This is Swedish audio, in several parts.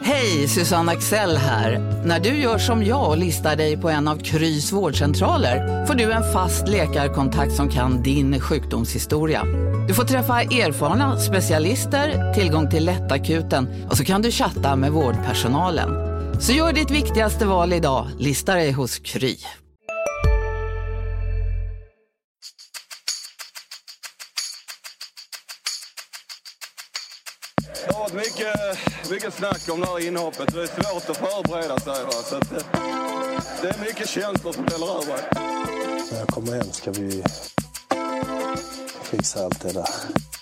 Hej, Susanne Axel här. När du gör som jag och listar dig på en av Krys vårdcentraler får du en fast läkarkontakt som kan din sjukdomshistoria. Du får träffa erfarna specialister, tillgång till lättakuten och så kan du chatta med vårdpersonalen. Så gör ditt viktigaste val idag, lista dig hos Kry. Det har varit mycket snack om det här inhoppet. Det är svårt att förbereda sig. Så att det är mycket känslor som spelar över. När jag kommer hem ska vi fixa allt det där.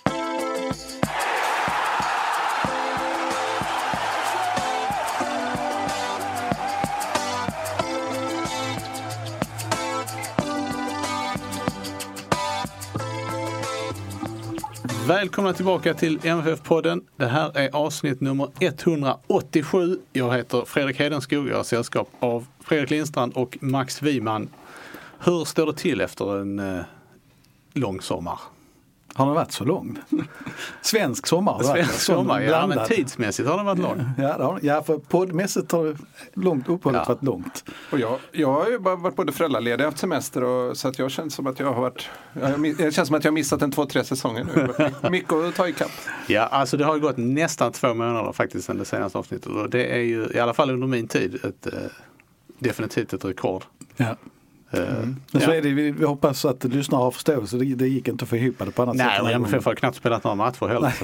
Välkomna tillbaka till MFF-podden. Det här är avsnitt nummer 187. Jag heter Fredrik Hedenskog. Jag har sällskap av Fredrik Lindstrand och Max Wiman. Hur står det till efter en lång sommar? Har den varit så lång? Svensk sommar. Svensk sommar, ja, men tidsmässigt har den varit lång. Ja, för poddmässigt har det uppehållet varit långt. Och jag har ju bara varit både föräldraledig och haft semester, och så att jag känns som att jag har varit, det känns som att jag har missat 2-3 säsonger nu. Mycket att ta ikapp. Ja, alltså det har ju gått nästan 2 månader faktiskt sedan det senaste avsnittet, och det är ju i alla fall under min tid definitivt ett rekord. Ja. Men så är det, vi hoppas att lyssnare har förståelse. Det gick inte att få ihop det på annat sätt. Nej, och MFF har knappt spelat några matcher heller.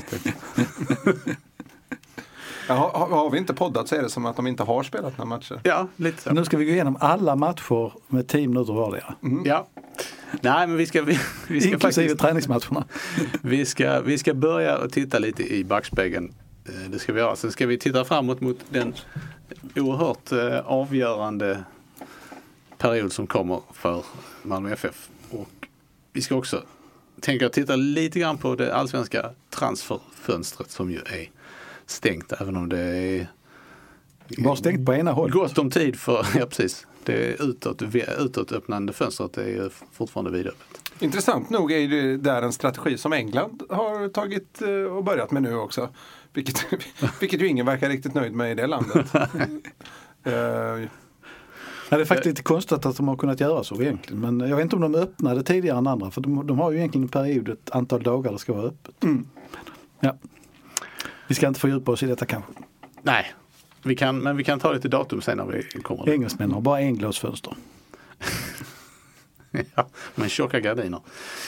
Har vi inte poddat så är det som att de inte har spelat några matcher. Ja, lite så. Nu ska vi gå igenom alla matcher med 10 minuter vardera. Ja. Nej, men vi ska inklusive faktiskt träningsmatcherna. Vi ska börja och titta lite i backspegeln. Det ska vi göra. Sen ska vi titta framåt mot den oerhört avgörande period som kommer för Malmö FF. Och vi ska också titta lite grann på det allsvenska transferfönstret som ju är stängt, även om det är bara stängt på ena håll. Gott om tid för, ja precis. Det är utåt öppnande fönstret är ju fortfarande vidöppet. Intressant nog är det där en strategi som England har tagit och börjat med nu också. Vilket ju ingen verkar riktigt nöjd med i det landet. Ja, det är faktiskt lite konstigt att de har kunnat göra så egentligen. Men jag vet inte om de öppnade tidigare än andra. För de har ju egentligen en period, ett antal dagar det ska vara öppet. Mm. Ja. Vi ska inte fördjupa oss i detta kanske. Nej, men vi kan ta lite datum sen när vi kommer. Engelsmän har bara englasfönster. Ja, men tjocka gardiner.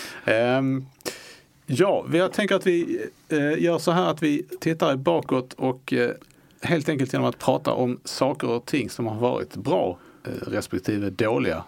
Jag tänker att vi gör så här att vi tittar bakåt och helt enkelt genom att prata om saker och ting som har varit bra respektive dåliga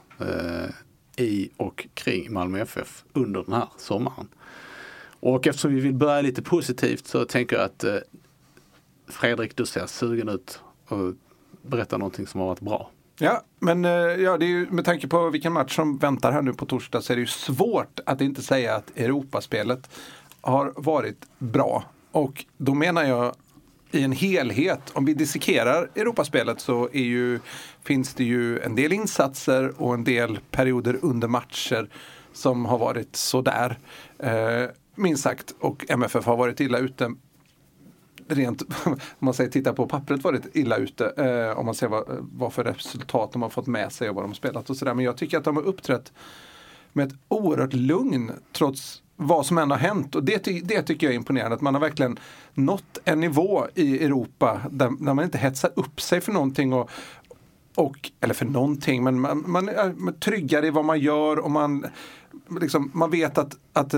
i och kring Malmö FF under den här sommaren. Och eftersom vi vill börja lite positivt så tänker jag att Fredrik, du ser sugen ut och berätta någonting som har varit bra. Ja, men det är ju, med tanke på vilken match som väntar här nu på torsdag, så är det ju svårt att inte säga att Europaspelet har varit bra. Och då menar jag i en helhet. Om vi dissekerar Europaspelet så finns det ju en del insatser och en del perioder under matcher som har varit sådär. Minst sagt. Och MFF har varit illa ute. Rent, om man säger titta på pappret, varit illa ute. Om man ser vad för resultat de har fått med sig och vad de har spelat och sådär. Men jag tycker att de har uppträtt med ett oerhört lugn trots vad som än har hänt, och det tycker jag är imponerande, att man har verkligen nått en nivå i Europa där man inte hetsar upp sig för någonting eller för någonting, men man är tryggare i vad man gör, och man vet att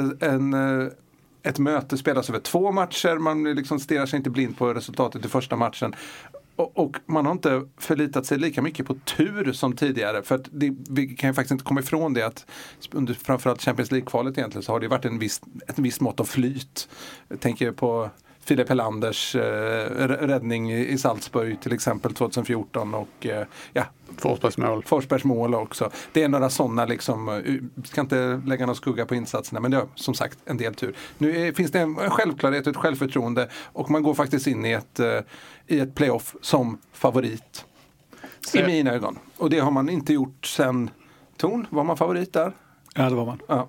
ett möte spelas över 2 matcher, man liksom stirrar sig inte blind på resultatet i första matchen. Och man har inte förlitat sig lika mycket på tur som tidigare. För att vi kan ju faktiskt inte komma ifrån det att under framförallt Champions League-kvalet egentligen så har det varit ett visst mått av flyt. Jag tänker på Filip Helanders räddning i Salzburg till exempel 2014 och Forsbergs mål också. Det är några sådana liksom, ska inte lägga någon skugga på insatserna, men det är som sagt en del tur. Nu finns det en självklarhet och ett självförtroende, och man går faktiskt in i ett playoff som favorit i mina ögon. Och det har man inte gjort sen Torn. Var man favorit där? Ja, det var man. Ja.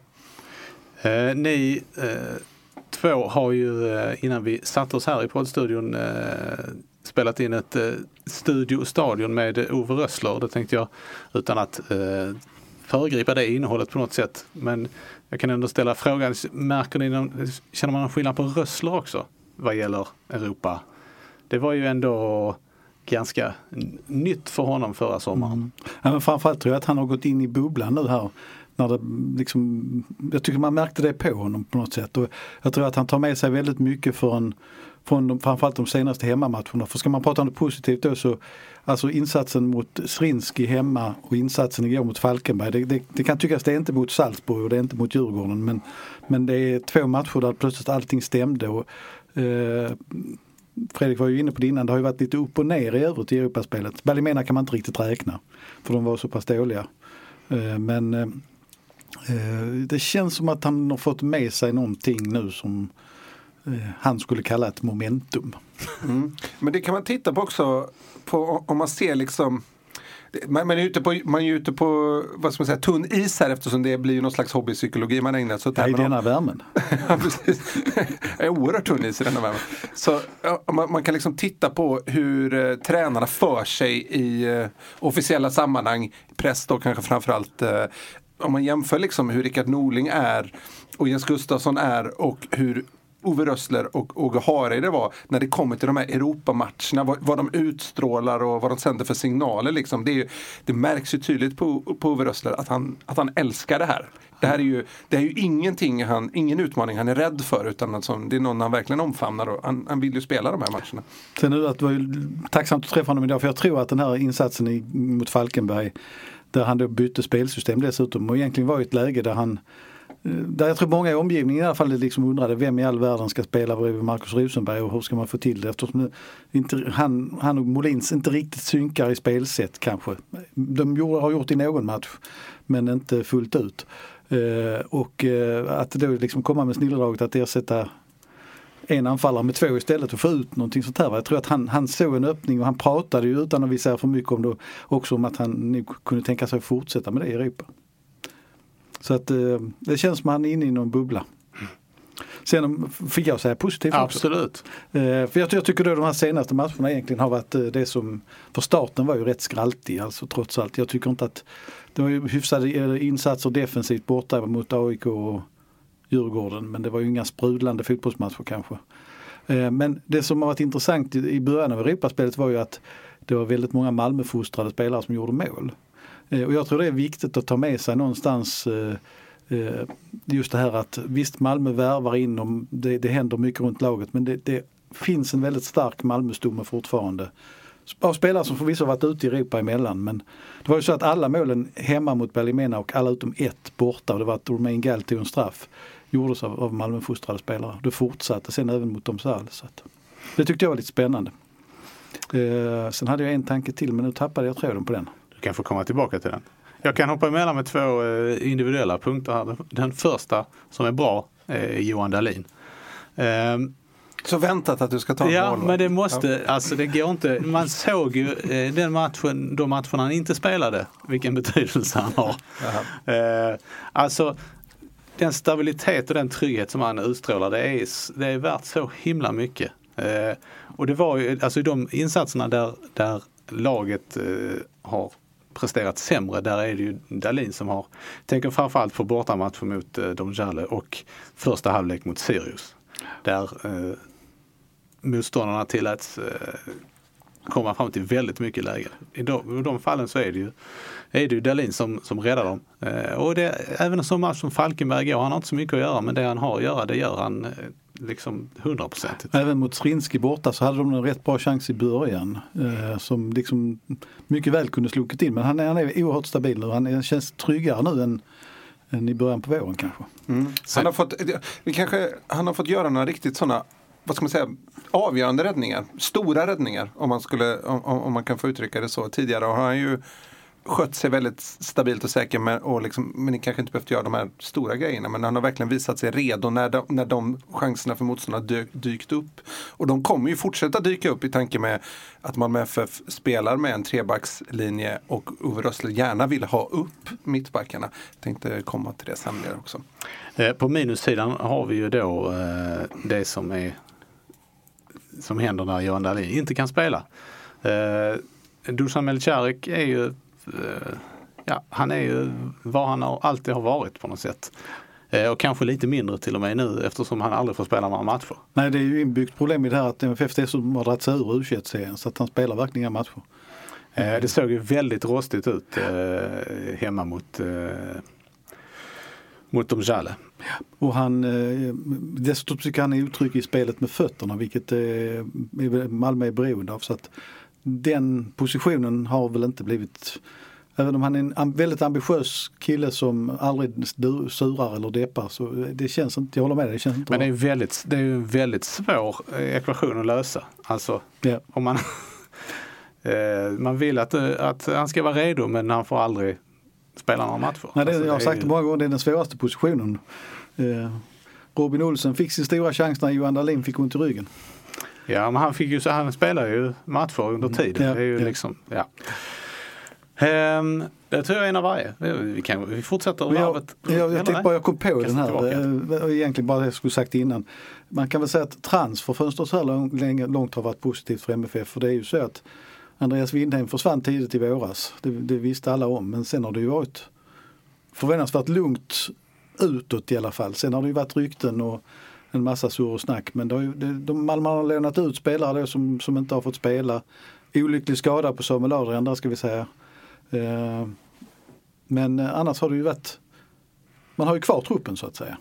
Ni två har ju innan vi satte oss här i poddstudion spelat in ett stadion med Ove Rössler. Det tänkte jag utan att föregripa det innehållet på något sätt. Men jag kan ändå ställa frågan, känner man en skillnad på Rössler också vad gäller Europa? Det var ju ändå ganska nytt för honom förra sommaren. Ja, men framförallt tror jag att han har gått in i bubblan nu här. När det liksom, jag tycker man märkte det på honom på något sätt. Och jag tror att han tar med sig väldigt mycket från framförallt de senaste hemmamatcherna. För ska man prata om det positivt då så alltså insatsen mot Zrinski hemma och insatsen igår mot Falkenberg. Det kan tyckas det är inte mot Salzburg och det är inte mot Djurgården. Men det är 2 matcher där plötsligt allting stämde. Och, Fredrik var ju inne på det innan. Det har ju varit lite upp och ner i övrigt i Europaspelet. Ballymena kan man inte riktigt räkna. För de var så pass dåliga. Men det känns som att han har fått med sig någonting nu som han skulle kalla ett momentum. Men det kan man titta på också på, om man ser liksom man är ute på vad ska man säga, tunn is här, eftersom det blir ju någon slags hobbypsykologi man ägnar sig åt. I denna värmen. Ja, precis. Jag är oerhört tunn is i denna värmen. Så man kan liksom titta på hur tränarna för sig i officiella sammanhang, press då kanske framförallt, om man jämför liksom hur Rickard Norling är och Jens Gustafsson är och hur Ove Rössler och Åge Hareide var när det kommer till de här Europamatcherna, vad de utstrålar och vad de sänder för signaler liksom. Det märks ju tydligt på Ove Rössler att han älskar det här. Det är ju ingen utmaning han är rädd för, utan alltså, det är någon han verkligen omfamnar och han vill ju spela de här matcherna. Sen nu att det var ju tacksamt att träffa honom idag, för jag tror att den här insatsen mot Falkenberg, där han då bytte spelsystem dessutom, och egentligen var i ett läge där jag tror många i omgivningen i alla fall liksom undrade vem i all världen ska spela bredvid Marcus Rosenberg och hur ska man få till det, eftersom han och Molins inte riktigt synkar i spelsätt kanske. De har gjort i någon match men inte fullt ut. Och att då liksom komma med snilledraget att ersätta en anfallare med 2 istället och få ut någonting sånt här. Jag tror att han såg en öppning och han pratade ju utan att vi säger för mycket om det också, om att han nu kunde tänka sig att fortsätta med det i Europa. Så att det känns som att han är inne i någon bubbla. Sen fick jag säga positivt också. Absolut. För jag tycker då de här senaste matcherna egentligen har varit det som, för starten var ju rätt skraltig alltså trots allt. Jag tycker inte att det var ju hyfsade insatser defensivt borta mot AIK och Djurgården, men det var ju inga sprudlande fotbollsmatcher kanske. Men det som har varit intressant i början av Europaspelet var ju att det var väldigt många Malmöfostrade spelare som gjorde mål. Och jag tror det är viktigt att ta med sig någonstans just det här att visst, Malmö värvar in och det händer mycket runt laget, men det finns en väldigt stark Malmöstomme fortfarande. Av spelare som förvisso har varit ute i Europa emellan, men det var ju så att alla målen hemma mot Ballymena och alla utom ett borta, och det var att Romain Gall tog en straff, gjordes av Malmöfostrade spelare. Det fortsatte sen även mot Domsal. Så att det tyckte jag var lite spännande. Sen hade jag en tanke till, men nu tappade jag tråden på den. Du kan få komma tillbaka till den. Jag kan hoppa emellan med 2 individuella punkter här. Den första som är bra är Johan Dahlin. Så väntat att du ska ta en Ja, mål, men det måste, alltså det går inte. Man såg ju de matcherna han inte spelade, vilken betydelse han har. Alltså den stabilitet och den trygghet som han utstrålar, det är värt så himla mycket. Och det var ju, alltså de insatserna där laget har presterat sämre, där är det ju Dahlin som har, tänker framförallt på bortamatcher mot Domjale och första halvlek mot Sirius. Där motståndarna tilläts komma fram till väldigt mycket läge. I de fallen så är det ju Dahlin som räddar dem. Och även en sån match som Falkenberg går, han har inte så mycket att göra, men det han har att göra, det gör han liksom 100%. Även mot Zrinski borta så hade de en rätt bra chans i början som liksom mycket väl kunde slukit in, men han är oerhört stabil nu. Han känns tryggare nu än i början på våren kanske. Han har fått göra några riktigt sådana, vad ska man säga, avgörande räddningar, stora räddningar om man kan få uttrycka det så. Tidigare har han ju skött sig väldigt stabilt och säker men ni kanske inte behövt göra de här stora grejerna, men han har verkligen visat sig redo när de chanserna för motståndarna dykt upp, och de kommer ju fortsätta dyka upp i tanke med att Malmö FF spelar med en 3-backslinje och Ove Rössler gärna vill ha upp mittbackarna. Jag tänkte komma till det sen också. På minussidan har vi ju då det som är som händer när Johan Dahlin inte kan spela. Dusan Melicharic är ju han är ju vad han alltid har varit på något sätt. Och kanske lite mindre till och med nu eftersom han aldrig får spela några matcher. Nej, det är ju inbyggt problem i det här att MFF dessutom har dragit sig ur U21-serien så att han spelar verkligen inga matcher. Det såg ju väldigt rostigt ut hemma mot Domjale. Och han dessutom tycker han är uttryck i spelet med fötterna vilket Malmö är beroende av så att den positionen har väl inte blivit, även om han är en väldigt ambitiös kille som aldrig surar eller deppar så det känns inte, jag håller med dig, det känns inte. Men det är ju en väldigt svår ekvation att lösa. Alltså om man vill att han ska vara redo men han får aldrig spela några matcher. Nej, jag har sagt det många gånger, det är den svåraste positionen. Robin Olsen fick sin stora chans när Johan Dahlin fick ont i ryggen. Ja, men han spelar ju matcher under tiden. Det är ju liksom, det tror jag är en av varje. Vi fortsätter varvet. Jag tycker bara jag kom på den här. Egentligen bara det jag skulle sagt innan. Man kan väl säga att transferfönstret så här långt har varit positivt för MFF. För det är ju så att Andreas Windheim försvann tidigt i våras. Det visste alla om. Men sen har det ju varit förvånansvärt lugnt utåt i alla fall. Sen har det ju varit rykten och en massa surr och snack. Men Malmö har lånat ut spelare då, som inte har fått spela. Olycklig skada på Samuel Adrian ska vi säga. Men annars har det ju varit, man har ju kvar truppen så att säga.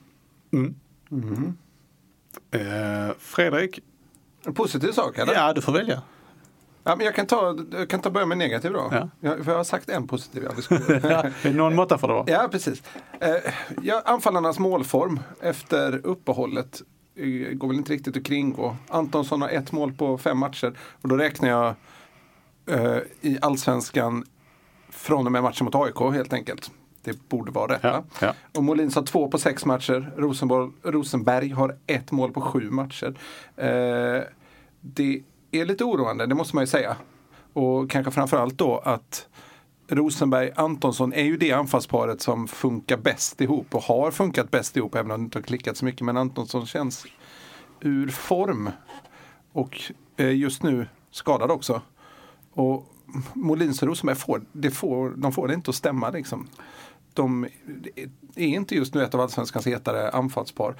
Fredrik? En positiv sak eller? Ja, du får välja. Ja, men jag kan ta börja med negativ då. Ja. För jag har sagt en positiv. Någon måtta för det vara. Ja, precis. Anfallarnas målform efter uppehållet går väl inte riktigt att kringgå. Antonsson har 1 mål på 5 matcher. Och då räknar jag i allsvenskan från och med matchen mot AIK helt enkelt. Det borde vara rätt. Ja. Och Molins har 2 på 6 matcher. Rosenberg har 1 mål på 7 matcher. Det är lite oroande, det måste man ju säga. Och kanske framförallt då att Rosenberg-Antonsson är ju det anfallsparet som funkar bäst ihop och har funkat bäst ihop även om det inte har klickat så mycket. Men Antonsson känns ur form och just nu skadad också. Och Molins och Rosenberg får det inte att stämma liksom. De är inte just nu ett av allsvenskans hetare anfallspar.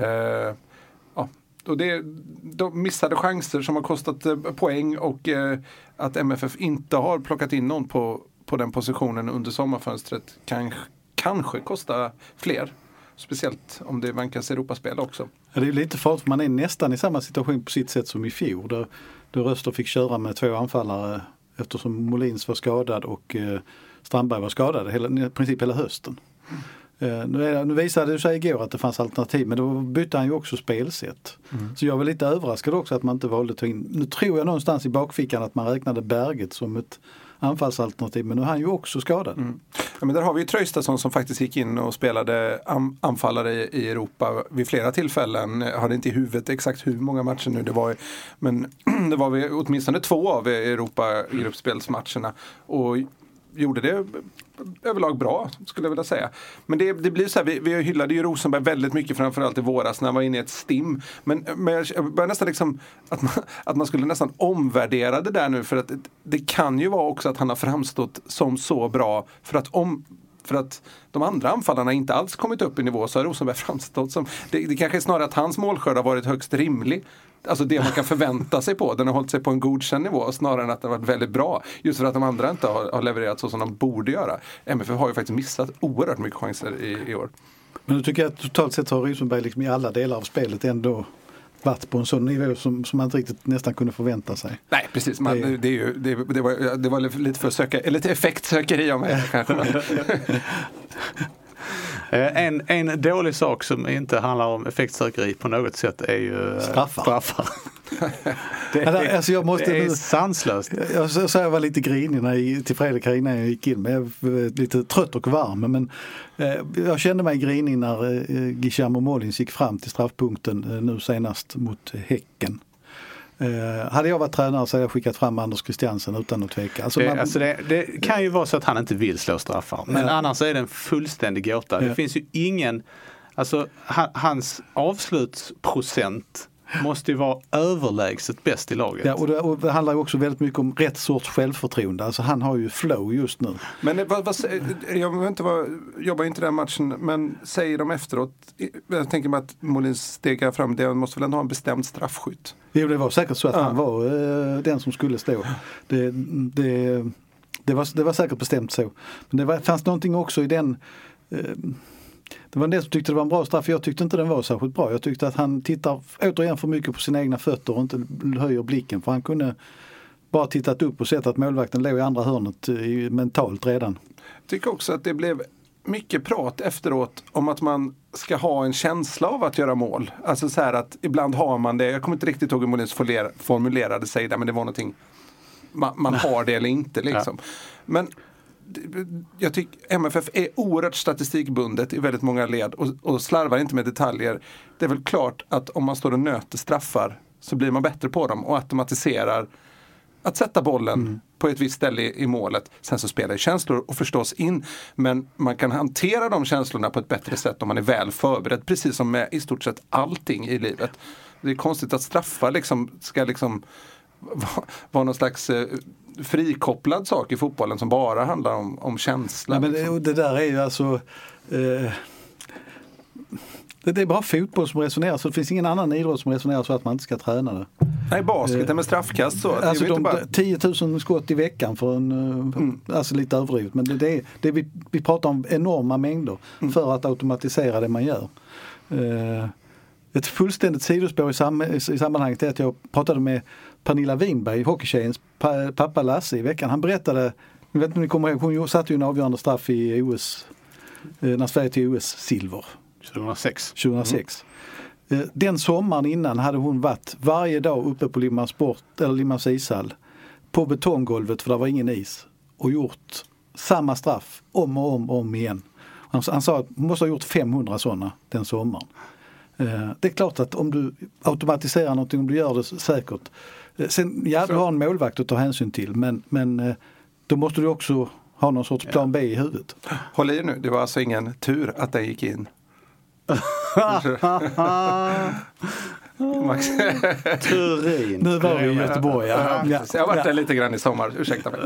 Och de missade chanser som har kostat poäng och att MFF inte har plockat in någon på den positionen under sommarfönstret kanske kostar fler. Speciellt om det vankas Europaspel också. Ja, det är lite farligt för man är nästan i samma situation på sitt sätt som i fjol. Där Röster fick köra med 2 anfallare eftersom Molins var skadad och Strandberg var skadad i princip hela hösten. Nu visade det sig igår att det fanns alternativ men då bytte han ju också spelsätt. Så jag var lite överraskad också att man inte valde att ta in. Nu tror jag någonstans i bakfickan att man räknade Berget som ett anfallsalternativ men nu är han ju också skadad. Ja, men där har vi ju Traustason som faktiskt gick in och spelade anfallare i Europa vid flera tillfällen. Jag hade inte i huvudet exakt hur många matcher nu det var men det var åtminstone 2 av Europa-gruppspelsmatcherna och gjorde det överlag bra skulle jag vilja säga. Men det blir så här, vi hyllade ju Rosenberg väldigt mycket framförallt i våras när han var inne i ett stim. Men jag börjar nästan liksom att man skulle nästan omvärdera det där nu för att det kan ju vara också att han har framstått som så bra för att de andra anfallarna inte alls kommit upp i nivå så har Rosenberg framstått som det kanske är snarare att hans målskörd har varit högst rimlig. Alltså det man kan förvänta sig på. Den har hållit sig på en godkänd nivå snarare än att den har varit väldigt bra. Just för att de andra inte har levererat så som de borde göra. MFF har ju faktiskt missat oerhört mycket chanser i år. Men du tycker att totalt sett har Rosenberg liksom i alla delar av spelet ändå varit på en sån nivå som man inte riktigt nästan kunde förvänta sig. Nej, precis. Det var lite för söka, lite effektsökeri om mig kanske. En dålig sak som inte handlar om effektsökeri på något sätt är ju straffar. Det är sanslöst. Jag var lite grinig till Fredrik här innan jag gick in. Men jag var lite trött och varm. Men jag kände mig grinig när Guillermo Molins gick fram till straffpunkten nu senast mot Häcken. Hade jag varit tränare så hade jag skickat fram Anders Christiansen utan att tveka. Det kan ju vara så att han inte vill slå straffar. Men annars är det en fullständig gåta. Det finns ju ingen... Alltså hans avslutsprocent måste ju vara överlägset bäst i laget. Ja, och det handlar ju också väldigt mycket om rätt sorts självförtroende. Alltså han har ju flow just nu. Men jag vet inte jobbar inte den matchen, men säger de efteråt, jag tänker mig att Molins stegar fram, det måste väl ändå ha en bestämd straffskytt. Jo, det var säkert så att han var den som skulle stå. Det var säkert bestämt så. Men det fanns någonting också i den... Det var en del som tyckte det var en bra straff. Jag tyckte inte den var särskilt bra. Jag tyckte att han tittar återigen för mycket på sina egna fötter och inte höjer blicken. För han kunde bara tittat upp och sett att målvakten låg i andra hörnet mentalt redan. Jag tycker också att det blev mycket prat efteråt om att man ska ha en känsla av att göra mål. Alltså så här att ibland har man det. Jag kommer inte riktigt ihåg hur Molins formulerade sig där, men det var någonting man har det eller inte liksom. Ja. Men jag tycker MFF är oerhört statistikbundet i väldigt många led och slarvar inte med detaljer. Det är väl klart att om man står och nöter straffar så blir man bättre på dem och automatiserar att sätta bollen på ett visst ställe i målet. Sen så spelar känslor och förstås in, men man kan hantera de känslorna på ett bättre sätt om man är väl förberedd, precis som med i stort sett allting i livet. Det är konstigt att straffar ska vara någon slags frikopplad sak i fotbollen som bara handlar om känsla. Ja, men det där är ju alltså det är bara fotboll som resonerar, så det finns ingen annan idrott som resonerar så att man inte ska träna det. Nej, basket är med straffkast så. Alltså 10 000 skott i veckan för alltså lite överdrivet, men vi pratar om enorma mängder för att automatisera det man gör. Ett fullständigt sidospår i sammanhanget är att jag pratade med Pernilla Winberg, hockeytjejens pappa Lasse, i veckan. Han berättade, jag vet inte om ni kommer ihåg, hon satte ju en avgörande straff i OS när Sverige till OS-silver. 2006. Den sommaren innan hade hon varit varje dag uppe på Limmans ishall på betonggolvet, för det var ingen is, och gjort samma straff om och om igen. Han sa att hon måste ha gjort 500 sådana den sommaren. Det är klart att om du automatiserar någonting, om du gör det säkert. Sen, du har en målvakt att ta hänsyn till, men då måste du också ha någon sorts plan B i huvudet. Håll i nu, det var alltså ingen tur att den gick in. Max. Turin. Nu var vi i Göteborg. Ja. Jag har varit där lite grann i sommar, ursäkta mig.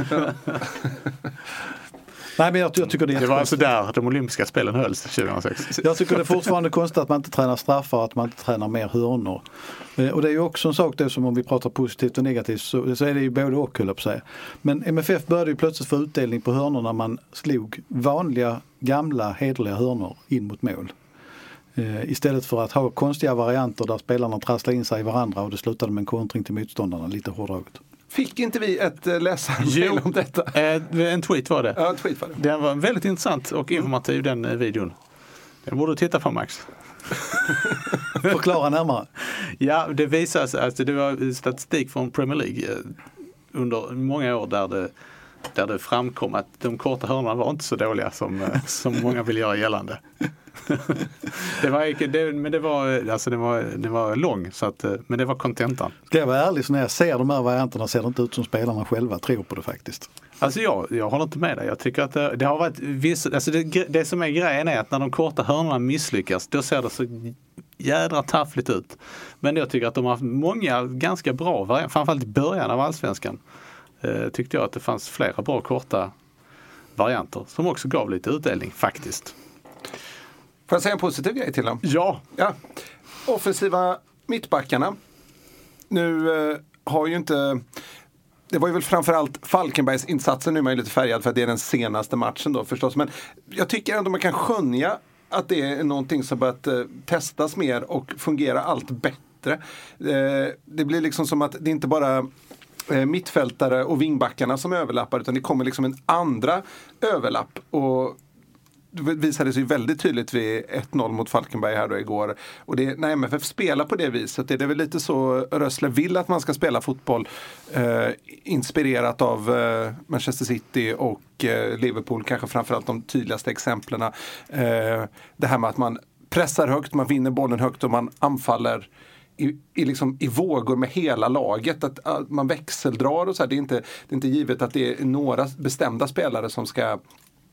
Nej, men jag tycker det var alltså där de olympiska spelen hölls 2006. Jag tycker det är fortfarande konstigt att man inte tränar straffar, att man inte tränar mer hörnor. Och det är ju också en sak det som, om vi pratar positivt och negativt, så är det ju både och, höll jag på att säga. Men MFF började ju plötsligt få utdelning på hörnor när man slog vanliga, gamla, hederliga hörnor in mot mål. Istället för att ha konstiga varianter där spelarna trasslar in sig i varandra och det slutade med en kontring till motståndarna, lite hårdraget. Fick inte vi ett läsarmail om detta? En tweet var det. Ja, en tweet var det. Den var väldigt intressant och informativ, den videon. Den borde du titta på, Max. Förklara närmare. Ja, det visar sig, alltså det var statistik från Premier League under många år där det framkom att de korta hörnorna var inte så dåliga som många vill göra gällande. Det var lång, så att, men det var kontentan. Ska jag vara ärlig, så när jag ser de här varianterna ser det inte ut som spelarna själva tror på det faktiskt. Alltså jag håller inte med dig. Jag tycker att det har varit alltså det som är grejen är att när de korta hörnorna misslyckas, då ser det så jädra taffligt ut. Men jag tycker att de har haft många ganska bra varianter, framförallt i början av allsvenskan. Tyckte jag att det fanns flera bra korta varianter som också gav lite utdelning faktiskt. Får jag säga en positiv grej till dem? Ja. Offensiva mittbackarna. Nu har ju inte... Det var ju väl framförallt Falkenbergs insatser, nu är man ju lite färgad för att det är den senaste matchen då förstås. Men jag tycker ändå man kan skönja att det är någonting som börjat testas mer och fungera allt bättre. Det blir liksom som att det inte bara mittfältare och vingbackarna som överlappar, utan det kommer liksom en andra överlapp, och det visade sig väldigt tydligt vid 1-0 mot Falkenberg här då igår. Och när MFF spelar på det viset, det är väl lite så Rössle vill att man ska spela fotboll, inspirerat av Manchester City och Liverpool, kanske framförallt de tydligaste exemplen. Det här med att man pressar högt, man vinner bollen högt och man anfaller i vågor med hela laget, att man växeldrar och så här. Det är inte givet att det är några bestämda spelare som ska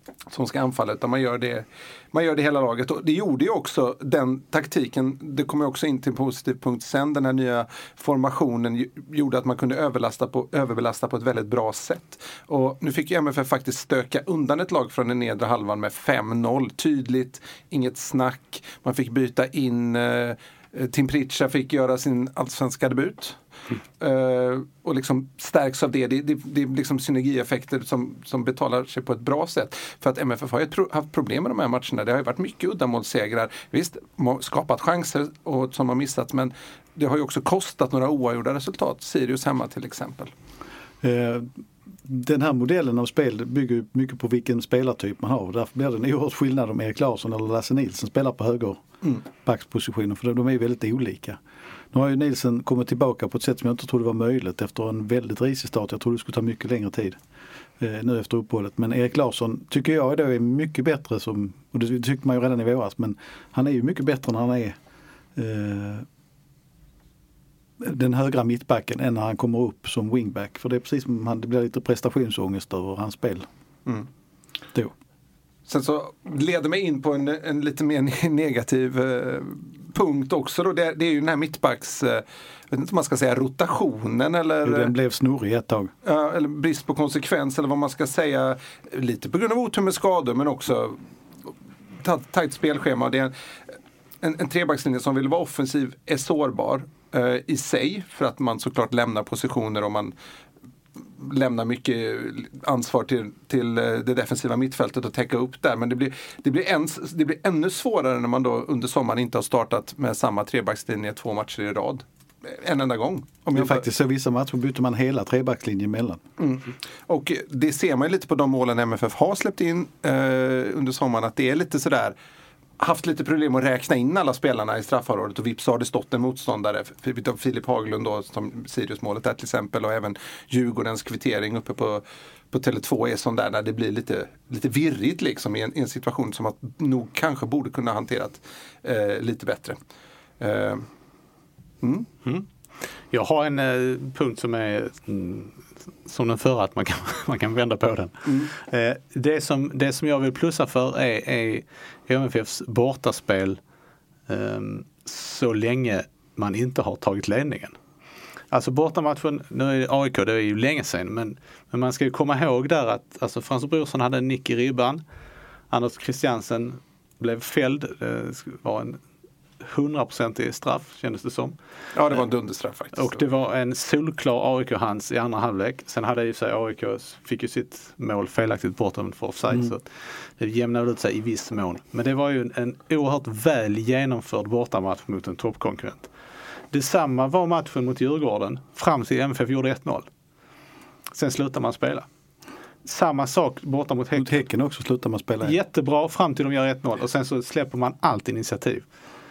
som ska anfalla, utan man gör det hela laget. Och det gjorde ju också den taktiken, det kommer också in till en positiv punkt sen, den här nya formationen gjorde att man kunde överbelasta på ett väldigt bra sätt. Och nu fick ju MFF faktiskt stöka undan ett lag från den nedre halvan med 5-0, tydligt, inget snack. Man fick byta in Tim Pritcha fick göra sin allsvenska debut. Och liksom stärks av det. Det är liksom synergieffekter som betalar sig på ett bra sätt. För att MFF har ju haft problem med de här matcherna. Det har ju varit mycket uddamålssegrar. Visst, skapat chanser och som har missats, men det har ju också kostat några oavgjorda resultat. Sirius hemma till exempel. Den här modellen av spel bygger mycket på vilken spelartyp man har. Därför blir det en oerhört skillnad om Erik Larsson eller Lasse Nilsson spelar på högerbackspositionen. För de är väldigt olika. Nu har ju Nilsson kommit tillbaka på ett sätt som jag inte trodde var möjligt efter en väldigt risig start. Jag trodde det skulle ta mycket längre tid nu efter uppehållet. Men Erik Larsson tycker jag då är mycket bättre och det tyckte man ju redan i våras, men han är ju mycket bättre när han är den högra mittbacken än när han kommer upp som wingback. För det är precis som det blir lite prestationsångest över hans spel. Då. Sen så leder mig in på en lite mer negativ punkt också då. Det är ju den här mittbacks, jag vet inte om man ska säga rotationen eller... Den blev snurrig ett tag. Eller brist på konsekvens eller vad man ska säga. Lite på grund av otur med skador, men också tajt spelschema. Det är en trebackslinje som vill vara offensiv är sårbar i sig, för att man såklart lämnar positioner och man lämnar mycket ansvar till det defensiva mittfältet att täcka upp där. Men det blir ännu svårare när man då under sommaren inte har startat med samma trebackslinje 2 matcher i rad. En enda gång. Faktiskt så vissa matcher byter man hela trebackslinjen emellan. Och det ser man ju lite på de målen MFF har släppt in under sommaren, att det är lite sådär, haft lite problem att räkna in alla spelarna i straffområdet, och vips har det stått en motståndare, Filip Haglund då, som Sirius-målet är till exempel, och även Djurgårdens kvittering uppe på Tele2 är sån där när det blir lite virrigt liksom i en situation som att nog kanske borde kunna hanterat lite bättre. Jag har en punkt som är som den förra, att man kan vända på den. Det som jag vill plussa för är MFFs bortaspel så länge man inte har tagit ledningen. Alltså bortamatchen, nu är det AIK, det är ju länge sedan, men man ska ju komma ihåg där att alltså Frans Brorsson hade en nick i ribban, Anders Christiansen blev fälld, det var en 100% straff, kändes det som. Ja, det var en dunderstraff faktiskt. Och det var en solklar AIK-hands i andra halvlek. Sen hade ju sig AIK fick ju sitt mål felaktigt bortom för offside, så det jämnade ut sig i viss mån. Men det var ju en oerhört väl genomförd bortamatch mot en toppkonkurrent. Detsamma var matchen mot Djurgården fram till MFF gjorde 1-0. Sen slutar man spela. Samma sak borta mot Häcken. Mot Häcken också slutar man spela. Jättebra fram till de gör 1-0 och sen så släpper man allt initiativ.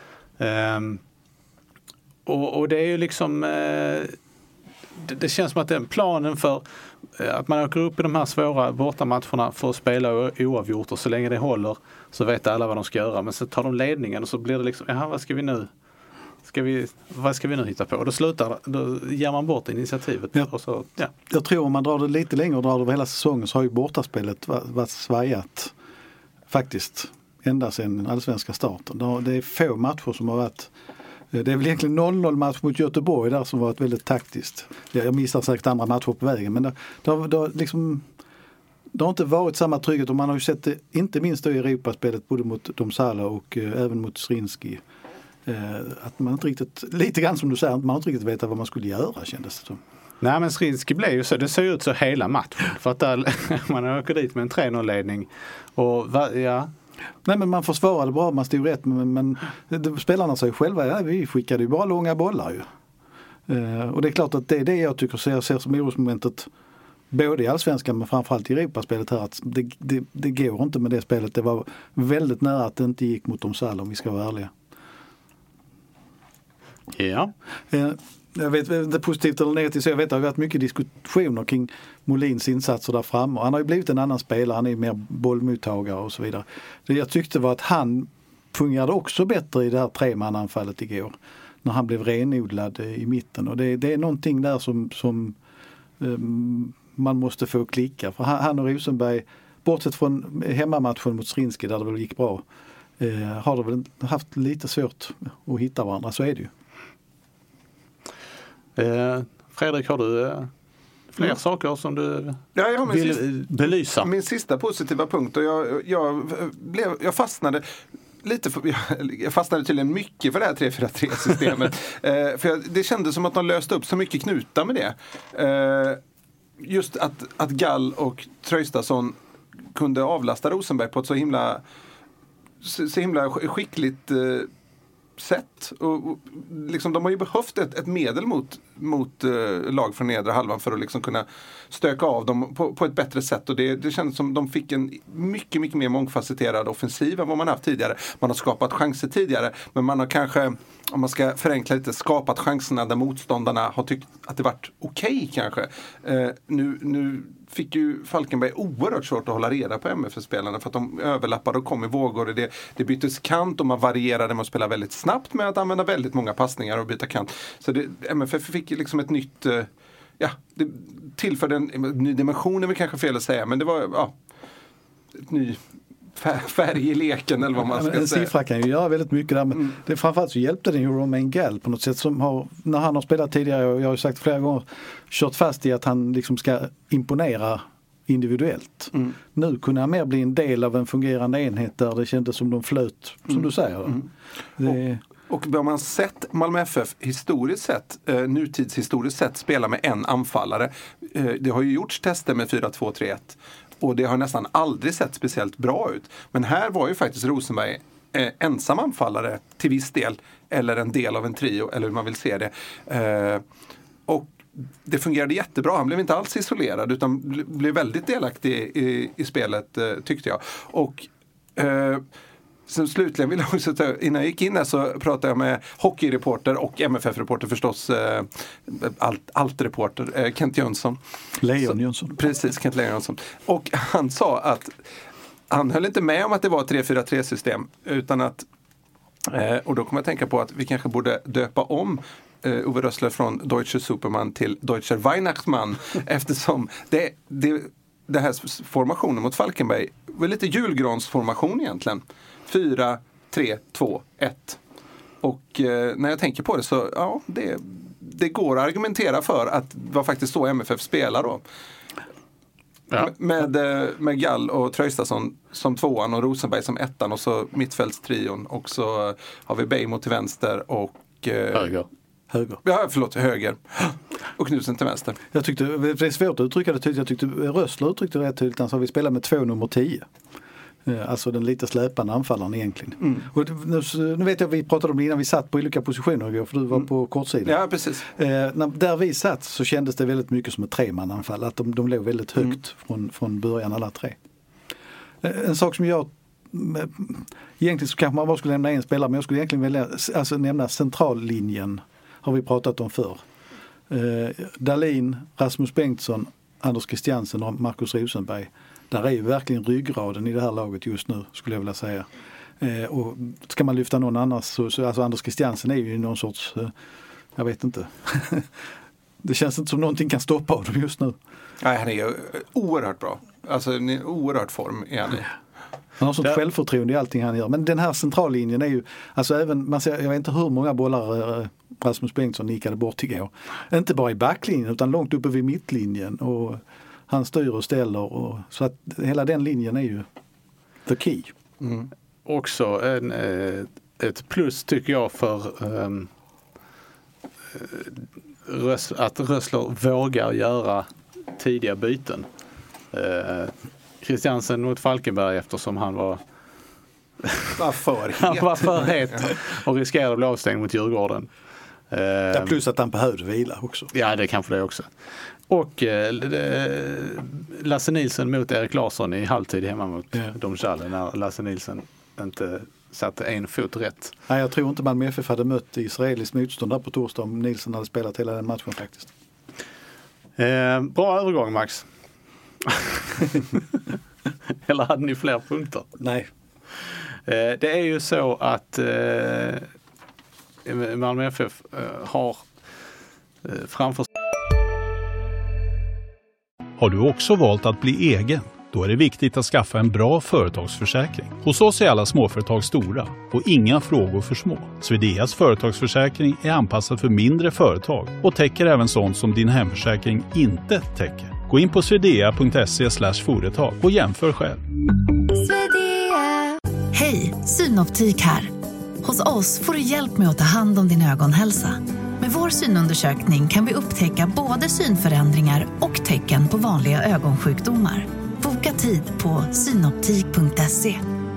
Och det är ju liksom det känns som att den planen för att man åker upp i de här svåra bortamatcherna för att spela oavgjort, och så länge det håller så vet alla vad de ska göra, men så tar de ledningen och så blir det liksom, vad ska vi nu hitta på? Och då ger man bort initiativet. Ja. Och så, ja. Jag tror om man drar det lite längre och drar det över hela säsongen, så har ju bortaspelet varit svajat faktiskt ända sedan allsvenska starten. Det är få matcher som har varit, det är väl egentligen 0-0 match mot Göteborg där som varit väldigt taktiskt. Jag missar säkert andra matcher på vägen, men det har inte varit samma trygghet, och man har ju sett det inte minst i Europaspelet både mot Domsala och även mot Srinski. Att man inte riktigt, lite grann som du säger, man inte riktigt vet vad man skulle göra, kändes det som. Nej, men Srinski blev ju så, det ser ut så hela matchen, för att där, man åker dit med en 3-0-ledning och Nej, men man försvarade bra, man stod rätt, men spelarna sa ju själva, vi skickade ju bara långa bollar ju. Och det är klart att det är det jag tycker ser som orosmomentet både i allsvenskan men framförallt i Europaspelet här, att det går inte med det spelet. Det var väldigt nära att det inte gick mot Domsala, om vi ska vara ärliga. Ja. Jag vet det positivt eller negativt, så jag vet att det har varit mycket diskussioner kring Molins insatser där framme. Han har ju blivit en annan spelare, han är mer bollmottagare och så vidare. Det jag tyckte var att han fungerade också bättre i det här tremananfallet igår, när han blev renodlad i mitten. Och det är någonting där som man måste få klicka. För han och Rosenberg bortsett från hemmamatchen mot Zrinjski där det väl gick bra, har det väl haft lite svårt att hitta varandra, så är det ju. Fredrik, har du fler saker som du vill belysa? Min sista positiva punkt, och jag fastnade lite jag fastnade tydligen mycket för det här 3-4-3-systemet. För det kändes som att de löste upp så mycket knutar med det. Just att Gall och Traustason kunde avlasta Rosenberg på ett så himla skickligt sätt. Och liksom, de har ju behövt ett medel mot lag från nedre halvan för att liksom kunna stöka av dem på ett bättre sätt. Och det kändes som de fick en mycket, mycket mer mångfacetterad offensiv än vad man haft tidigare. Man har skapat chanser tidigare, men man har kanske, om man ska förenkla lite, skapat chanserna där motståndarna har tyckt att det varit okej kanske. Nu fick ju Falkenberg oerhört svårt att hålla reda på MFF-spelarna för att de överlappade och kom i vågor. Det byttes kant och man varierade med att spela väldigt snabbt med att använda väldigt många passningar och byta kant. Så MFF fick liksom ett nytt, det tillförde en ny dimension, är väl kanske fel att säga, men det var ett ny färg i leken eller vad man ska säga. En siffra kan ju göra väldigt mycket där, men det framförallt så hjälpte den ju Romain Gall på något sätt, som har, när han har spelat tidigare, och jag har ju sagt flera gånger, kört fast i att han liksom ska imponera individuellt. Nu kunde han mer bli en del av en fungerande enhet där det kändes som de flöt, som du säger. Och har man sett Malmö FF historiskt sett, nutidshistoriskt sett, spela med en anfallare. Det har ju gjorts tester med 4-2-3-1. Och det har nästan aldrig sett speciellt bra ut. Men här var ju faktiskt Rosenberg ensam anfallare till viss del. Eller en del av en trio, eller hur man vill se det. Och det fungerade jättebra. Han blev inte alls isolerad utan blev väldigt delaktig i spelet, tyckte jag. Och sen slutligen vill jag också innan jag gick in här så pratade jag med hockeyreporter och MFF-reporter förstås, alt-reporter, Kent Jönsson. Lejon Jönsson. Precis, Kent Lejon Jönsson. Och han sa att han höll inte med om att det var ett 3-4-3-system, utan att, och då kommer jag tänka på att vi kanske borde döpa om Uwe Rössler från Deutsche Superman till Deutscher Weihnachtsmann, eftersom det här formationen mot Falkenberg var lite julgransformation egentligen. 4, 3, 2, 1. Och när jag tänker på det så det går att argumentera för att det var faktiskt så MFF spelar då. Ja. Med Gall och Traustason som tvåan och Rosenberg som ettan och så mittfältstrion, och så har vi Beijmo till vänster och höger. Ja, förlåt, höger. Och Knudsen till vänster. Jag tyckte, det är svårt att uttrycka det tydligt, jag tyckte Rössler uttryckte det rätt tydligt. Han sa vi spelar med 2 nummer 10. Alltså den lite släpande anfallaren egentligen. Och nu vet jag, vi pratade om det innan vi satt på olika positioner igår, för du var på kortsidan. Ja, precis. Där vi satt så kändes det väldigt mycket som ett 3-man-anfall. Att de låg väldigt högt från början alla 3. En sak som jag egentligen så kanske man bara skulle nämna en spelare, men jag skulle egentligen nämna centrallinjen. Har vi pratat om förr. Dahlin, Rasmus Bengtsson, Anders Christiansen och Marcus Rosenberg. Där är ju verkligen ryggraden i det här laget just nu, skulle jag vilja säga. Och ska man lyfta någon annan så alltså Anders Christiansen är ju någon sorts, jag vet inte. Det känns inte som någonting kan stoppa av dem just nu. Nej, han är ju oerhört bra. Alltså en oerhört form är han i. Han har sånt självförtroende i allting han gör. Men den här centrallinjen är ju, alltså även, man ser, jag vet inte hur många bollar Rasmus Bengtsson nickade bort igår. Inte bara i backlinjen utan långt uppe vid mittlinjen, och han styr och ställer, och så att hela den linjen är ju the key. Också ett plus tycker jag för att Rössler vågar göra tidiga byten. Christiansen mot Falkenberg, eftersom han var för het och riskerade att bli avstängd mot Djurgården. Plus att han behövde vila också. Ja, det kanske det också. Och Lasse Nilsson mot Erik Larsson i halvtid hemma mot Domsjale, när Lasse Nilsson inte satte en fot rätt. Nej, jag tror inte Malmö FF hade mött israeliskt motstånd där på torsdag om Nilsson hade spelat hela den matchen faktiskt. Bra övergång, Max. Eller hade ni fler punkter? Nej. Det är ju så att Malmö FF har framför. Har du också valt att bli egen? Då är det viktigt att skaffa en bra företagsförsäkring. Hos oss är alla småföretag stora och inga frågor för små. Swedeas företagsförsäkring är anpassad för mindre företag och täcker även sånt som din hemförsäkring inte täcker. Gå in på swedea.se/företag och jämför själv. Hej, Synoptik här. Hos oss får du hjälp med att ta hand om din ögonhälsa. Med vår synundersökning kan vi upptäcka både synförändringar och tecken på vanliga ögonsjukdomar. Boka tid på synoptik.se.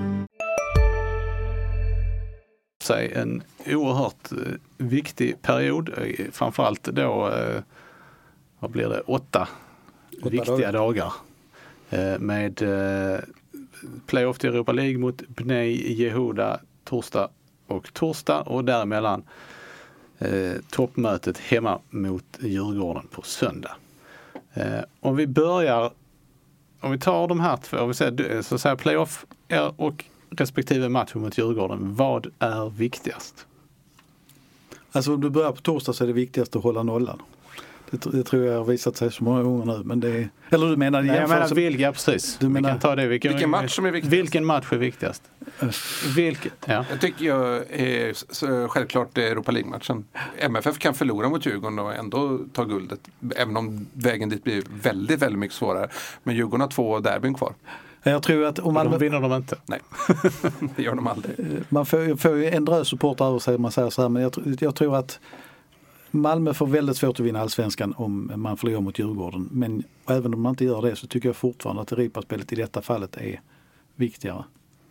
En oerhört viktig period, framförallt då, vad blir det, 8 viktiga dagar med playoff till Europa League mot Bnei Yehuda torsdag och däremellan toppmötet hemma mot Djurgården på söndag. Om vi tar de här två, så att säga playoff och respektive match mot Djurgården, vad är viktigast? Alltså om du börjar på torsdag så är det viktigast att hålla nollan. Det tror jag har visat sig så många gånger nu. Men det är, eller du menar... Nej, jag menar vilka, precis. Du menar, vi kan ta det. Vilken match som är viktigast? Vilken match är viktigast? Ja. Jag tycker är självklart Europa League-matchen. MFF kan förlora mot Djurgården och ändå ta guldet. Även om vägen dit blir väldigt, väldigt mycket svårare. Men Djurgården har 2 derbyn kvar. Jag tror att om de vinner de inte. Nej, det gör de aldrig. Man får ju en drös support över sig, man säger så här, men jag tror att Malmö får väldigt svårt att vinna allsvenskan om man förlorar mot Djurgården. Men även om man inte gör det så tycker jag fortfarande att Europaspelet i detta fallet är viktigare.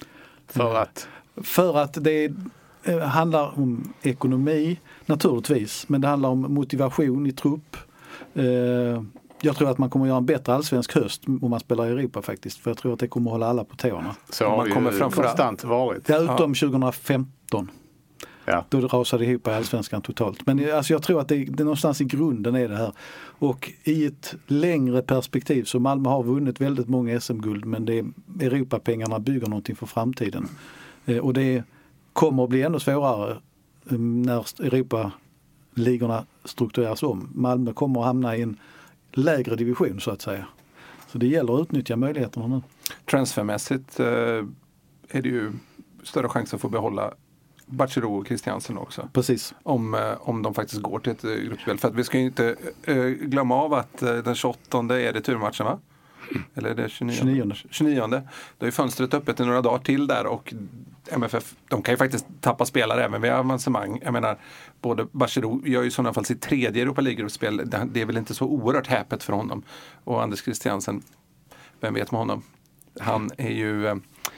För att det handlar om ekonomi naturligtvis, men det handlar om motivation i trupp. Jag tror att man kommer att göra en bättre allsvensk höst om man spelar i Europa faktiskt. För jag tror att det kommer att hålla alla på tårna. Så man kommer konstant varit. Ja, utom 2015. Ja. Då det rasade ihop i allsvenskan totalt. Men alltså, jag tror att det någonstans i grunden är det här. Och i ett längre perspektiv så Malmö har vunnit väldigt många SM-guld, men Europapengarna bygger någonting för framtiden. Och det kommer att bli ännu svårare när Europa-ligorna struktureras om. Malmö kommer att hamna i en lägre division så att säga. Så det gäller att utnyttja möjligheterna nu. Transfermässigt är det ju större chans att få behålla Bachirou och Christiansen också. Precis. Om de faktiskt går till ett gruppspel. För att vi ska ju inte glömma av att den 28 är det turmatchen, va? Eller är det 29? Då är fönstret öppet i några dagar till där och MFF, de kan ju faktiskt tappa spelare även vid avancemang. Jag menar, både Bachirou gör ju i sådana fall sitt 3:e Europa League-gruppspel. Det är väl inte så oerhört häpet för honom. Och Anders Christiansen, vem vet med honom? Han är ju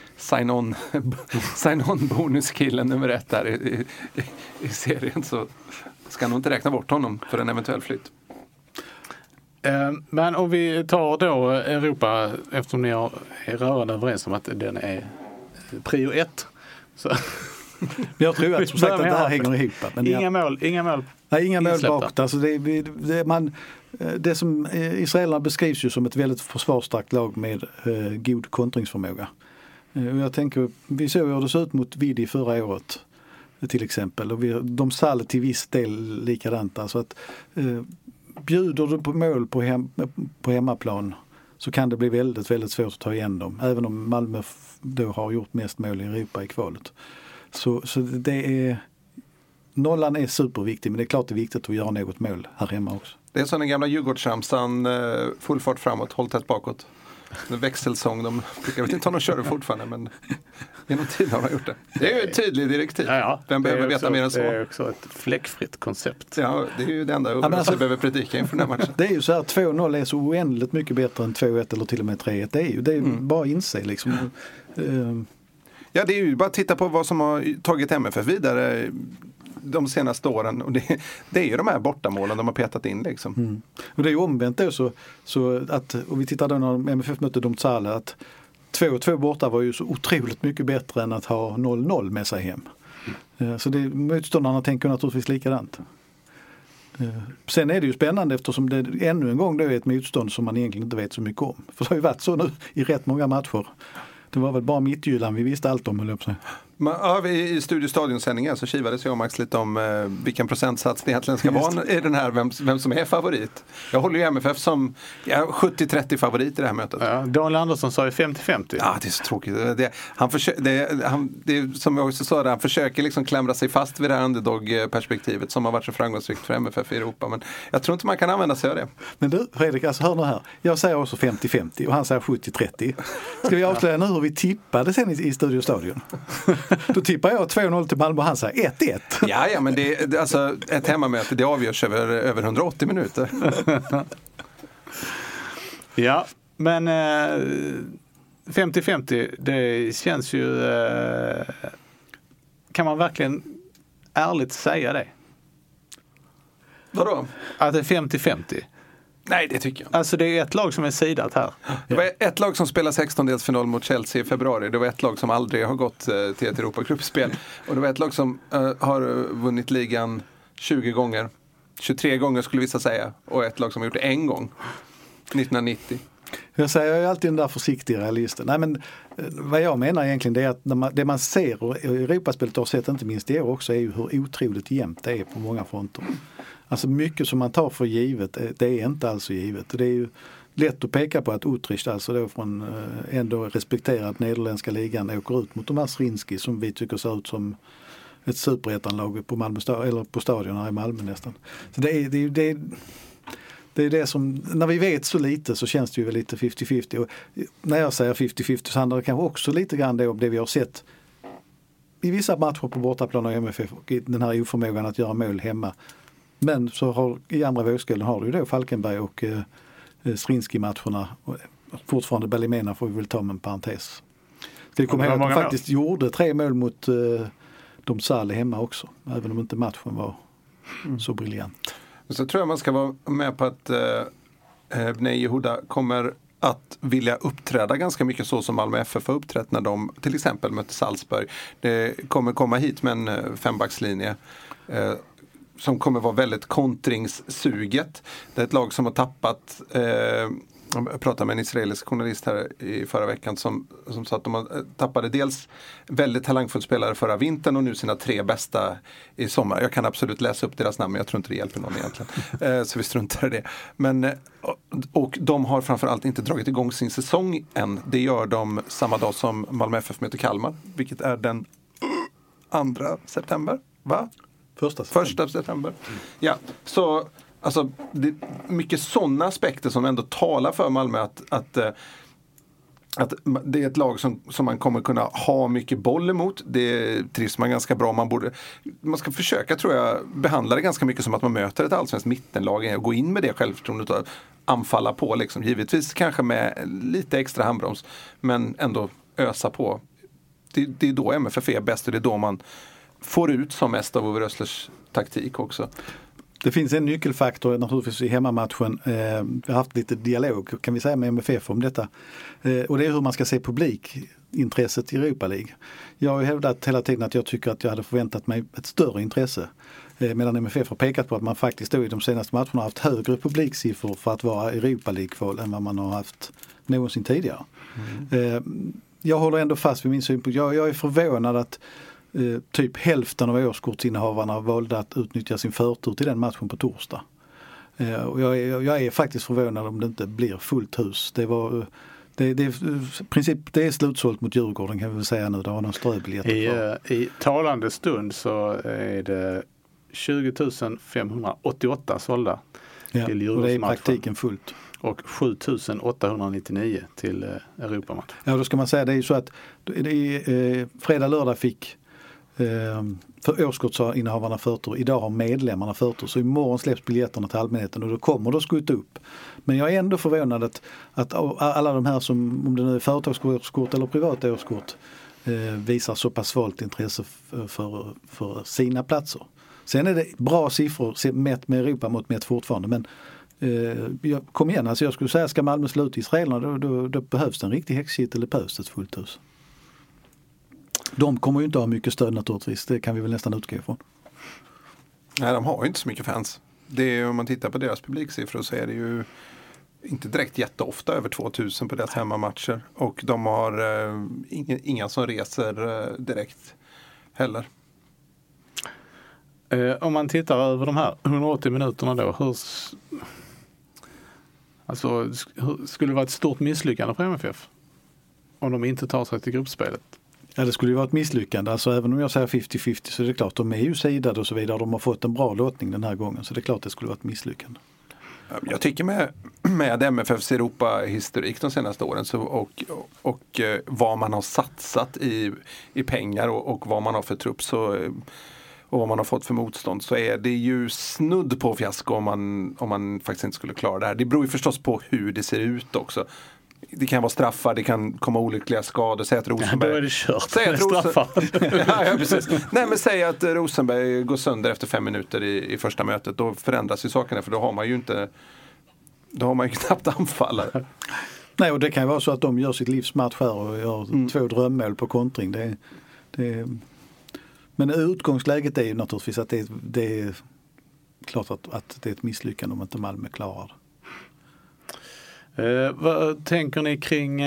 sign-on bonuskillen nummer 1 där i serien, så ska nog inte räkna bort honom för en eventuell flytt. Men om vi tar då Europa, eftersom ni är rörande överens om att den är prio 1. Så. Jag tror att, som sagt, att det här hänger ihop. Men inga mål. Nej, inga mål bakåt. Alltså det som israelerna beskrivs ju som ett väldigt försvarsstarkt lag med god kontringsförmåga. Och jag tänker, vi såg hur det såg ut mot Vidi förra året till exempel. Och de sall till viss del likadant. Alltså att bjuder du på mål på hemmaplan så kan det bli väldigt, väldigt svårt att ta igen dem. Även om Malmö då har gjort mest mål i Europa i kvalet. Så det är, nollan är superviktig, men det är klart det är viktigt att göra något mål här hemma också. Det är som den gamla Djurgårdsramsan, full fart framåt, håll tätt bakåt. En växelsång, jag vet inte om de kör det fortfarande, men genom tiden har de gjort det. Det är ju ett tydligt direktiv. Ja, vem behöver veta mer än så? Det är också ett fläckfritt koncept. Ja, det är ju det enda jag behöver predika inför den här matchen. Det är ju så här, 2-0 är så oändligt mycket bättre än 2-1 eller till och med 3-1. Det är bara att inse liksom. Ja, det är ju bara att titta på vad som har tagit MFF vidare de senaste åren, och det är ju de här bortamålen de har petat in liksom. Och det är ju omvänt då så att, och vi tittar då när MFF mötte Domzale, att 2-2 borta var ju så otroligt mycket bättre än att ha 0-0 med sig hem. Så motståndarna tänker naturligtvis likadant. Sen är det ju spännande eftersom det ännu en gång då är ett motstånd som man egentligen inte vet så mycket om. För det har ju varit så nu i rätt många matcher. Det var väl bara Midtjylland vi visste allt om, höll jag på sig. I Studiostadionsändningen så kivades jag och Max lite om vilken procentsats det egentligen ska vara i den här, vem som är favorit. Jag håller ju MFF som 70-30 favorit i det här mötet. Ja, Daniel Andersson sa ju 50-50. Ja, det är så tråkigt. Som jag också sa, han försöker liksom klämra sig fast vid det här underdog-perspektivet som har varit så framgångsrikt för MFF i Europa. Men jag tror inte man kan använda sig av det. Men du Fredrik, alltså hör nu här. Jag säger också 50-50 och han säger 70-30. Ska vi avslöja nu hur vi tippade sen i Studiostadion? Då tippar jag 2-0 till Malmö och han säger 1-1. Ja, men alltså, ett hemmamöte, det avgörs över 180 minuter. Ja, men 50-50, det känns ju... kan man verkligen ärligt säga det? Vadå? Att det är 50-50? Nej, det tycker jag. Alltså det är ett lag som är sidat här. Det var ett lag som spelar 16-delsfinal mot Chelsea i februari. Det var ett lag som aldrig har gått till ett Europagruppspel. Och det var ett lag som har vunnit ligan 20 gånger. 23 gånger skulle vissa säga. Och ett lag som har gjort det en gång. 1990. Jag är alltid den där försiktiga realisten. Nej, men vad jag menar egentligen det är att det man ser i Europaspelet och sett inte minst det också är ju hur otroligt jämnt det är på många fronter. Alltså mycket som man tar för givet, det är inte alls givet. Det är ju lätt att peka på att Utrecht, alltså då från ändå respekterad nederländska ligan, åker ut mot de här Zrinjski som vi tycker ser ut som ett superettanlag på Malmö eller på stadion här i Malmö nästan. Så det är det som, när vi vet så lite så känns det ju lite 50-50. Och när jag säger 50-50 så handlar det kanske också lite grann om det vi har sett i vissa matcher på bortaplan och MFF och den här oförmågan att göra mål hemma. Men så har i andra vågskålen har du då Falkenberg och Zrinjski-matcherna. Fortfarande Balimena får vi väl ta med en parentes. Ska vi komma ihåg att de faktiskt gjorde 3 mål mot de Salle hemma också. Även om inte matchen var så briljant. Så tror jag man ska vara med på att Bnei Yehuda kommer att vilja uppträda ganska mycket så som Malmö FF har uppträtt när de till exempel mötte Salzburg. Det kommer komma hit med en 5-backslinje som kommer vara väldigt kontringssuget. Det är ett lag som har tappat, jag pratade med en israelisk journalist här i förra veckan som sa att de tappade dels väldigt talangfull spelare förra vintern och nu sina 3 bästa i sommar. Jag kan absolut läsa upp deras namn men jag tror inte det hjälper någon egentligen. Så vi struntar i det. Men, och de har framförallt inte dragit igång sin säsong än. Det gör de samma dag som Malmö FF möter Kalmar, vilket är den 2 september, va? 1 september. Ja, så alltså, det är mycket sådana aspekter som ändå talar för Malmö att det är ett lag som man kommer kunna ha mycket boll emot. Det trivs man ganska bra. Man ska försöka, tror jag, behandla det ganska mycket som att man möter ett allsvenskt mittenlag och gå in med det självförtroendet och anfalla på. Liksom. Givetvis kanske med lite extra handbroms, men ändå ösa på. Det är då MFF är bäst och det är då man får ut som mest av Ove Rösslers taktik också. Det finns en nyckelfaktor naturligtvis i hemmamatchen. Vi har haft lite dialog kan vi säga med MFF om detta. Och det är hur man ska se publikintresset i Europa League. Jag har hävdat hela tiden att jag tycker att jag hade förväntat mig ett större intresse. Medan MFF har pekat på att man faktiskt då i de senaste matcherna har haft högre publiksiffror för att vara Europa League-kval än vad man har haft någonsin tidigare. Jag håller ändå fast vid min synpunkt. Jag är förvånad att typ hälften av årskortsinnehavarna valde att utnyttja sin förtur till den matchen på torsdag. Och jag är faktiskt förvånad om det inte blir fullt hus. Det är slutsålt mot Djurgården kan vi väl säga nu. Det har någon ströbiljetter för. I talande stund så är det 20 588 sålda till Djurgårdsmatchen. Och det är i praktiken fullt. Och 7 899 till Europamatch. Ja, då ska man säga det är ju så att fredag, lördag fick för årskortsinnehavarna förtur. Idag har medlemmarna förtur. Så imorgon släpps biljetterna till allmänheten och då kommer det att skjuta upp. Men jag är ändå förvånad att alla de här som, om det nu är företagsårskort eller privata årskort, visar så pass svalt intresse för sina platser. Sen är det bra siffror mätt med Europa mot mätt fortfarande. Men kom igen, alltså jag skulle säga ska Malmö slå ut israelerna då behövs det en riktig häxkittel eller behövs ett fullt hus. De kommer ju inte ha mycket stöd naturligtvis, det kan vi väl nästan utgå ifrån. Nej, de har ju inte så mycket fans. Om man tittar på deras publiksiffror så är det ju inte direkt jätteofta över 2000 på deras hemmamatcher. Och de har inga som reser direkt. heller. Om man tittar över de här 180 minuterna då, skulle det vara ett stort misslyckande för MFF om de inte tar sig till gruppspelet? Ja, det skulle ju vara ett misslyckande. Alltså även om jag säger 50-50 så är det klart, de är ju sidade och så vidare. De har fått en bra lottning den här gången, så det är klart det skulle vara ett misslyckande. Jag tycker med MFFs Europa-historik de senaste åren och vad man har satsat i pengar och vad man har för trupp och vad man har fått för motstånd, så är det ju snudd på fiasko om man faktiskt inte skulle klara det här. Det beror ju förstås på hur det ser ut också. Det kan vara straffar, det kan komma olyckliga skador. Säg att Rosenberg... då är det kört. Säg att straffar. Ja, precis. Nej, men säg att Rosenberg går sönder efter 5 minuter i första mötet. Då förändras ju sakerna, för då har man ju knappt anfallare. Nej, och det kan ju vara så att de gör sitt livsmatch här och gör 2 drömmål på kontring. Men utgångsläget är ju naturligtvis att det är klart att det är ett misslyckande om inte Malmö klarar det. Vad tänker ni kring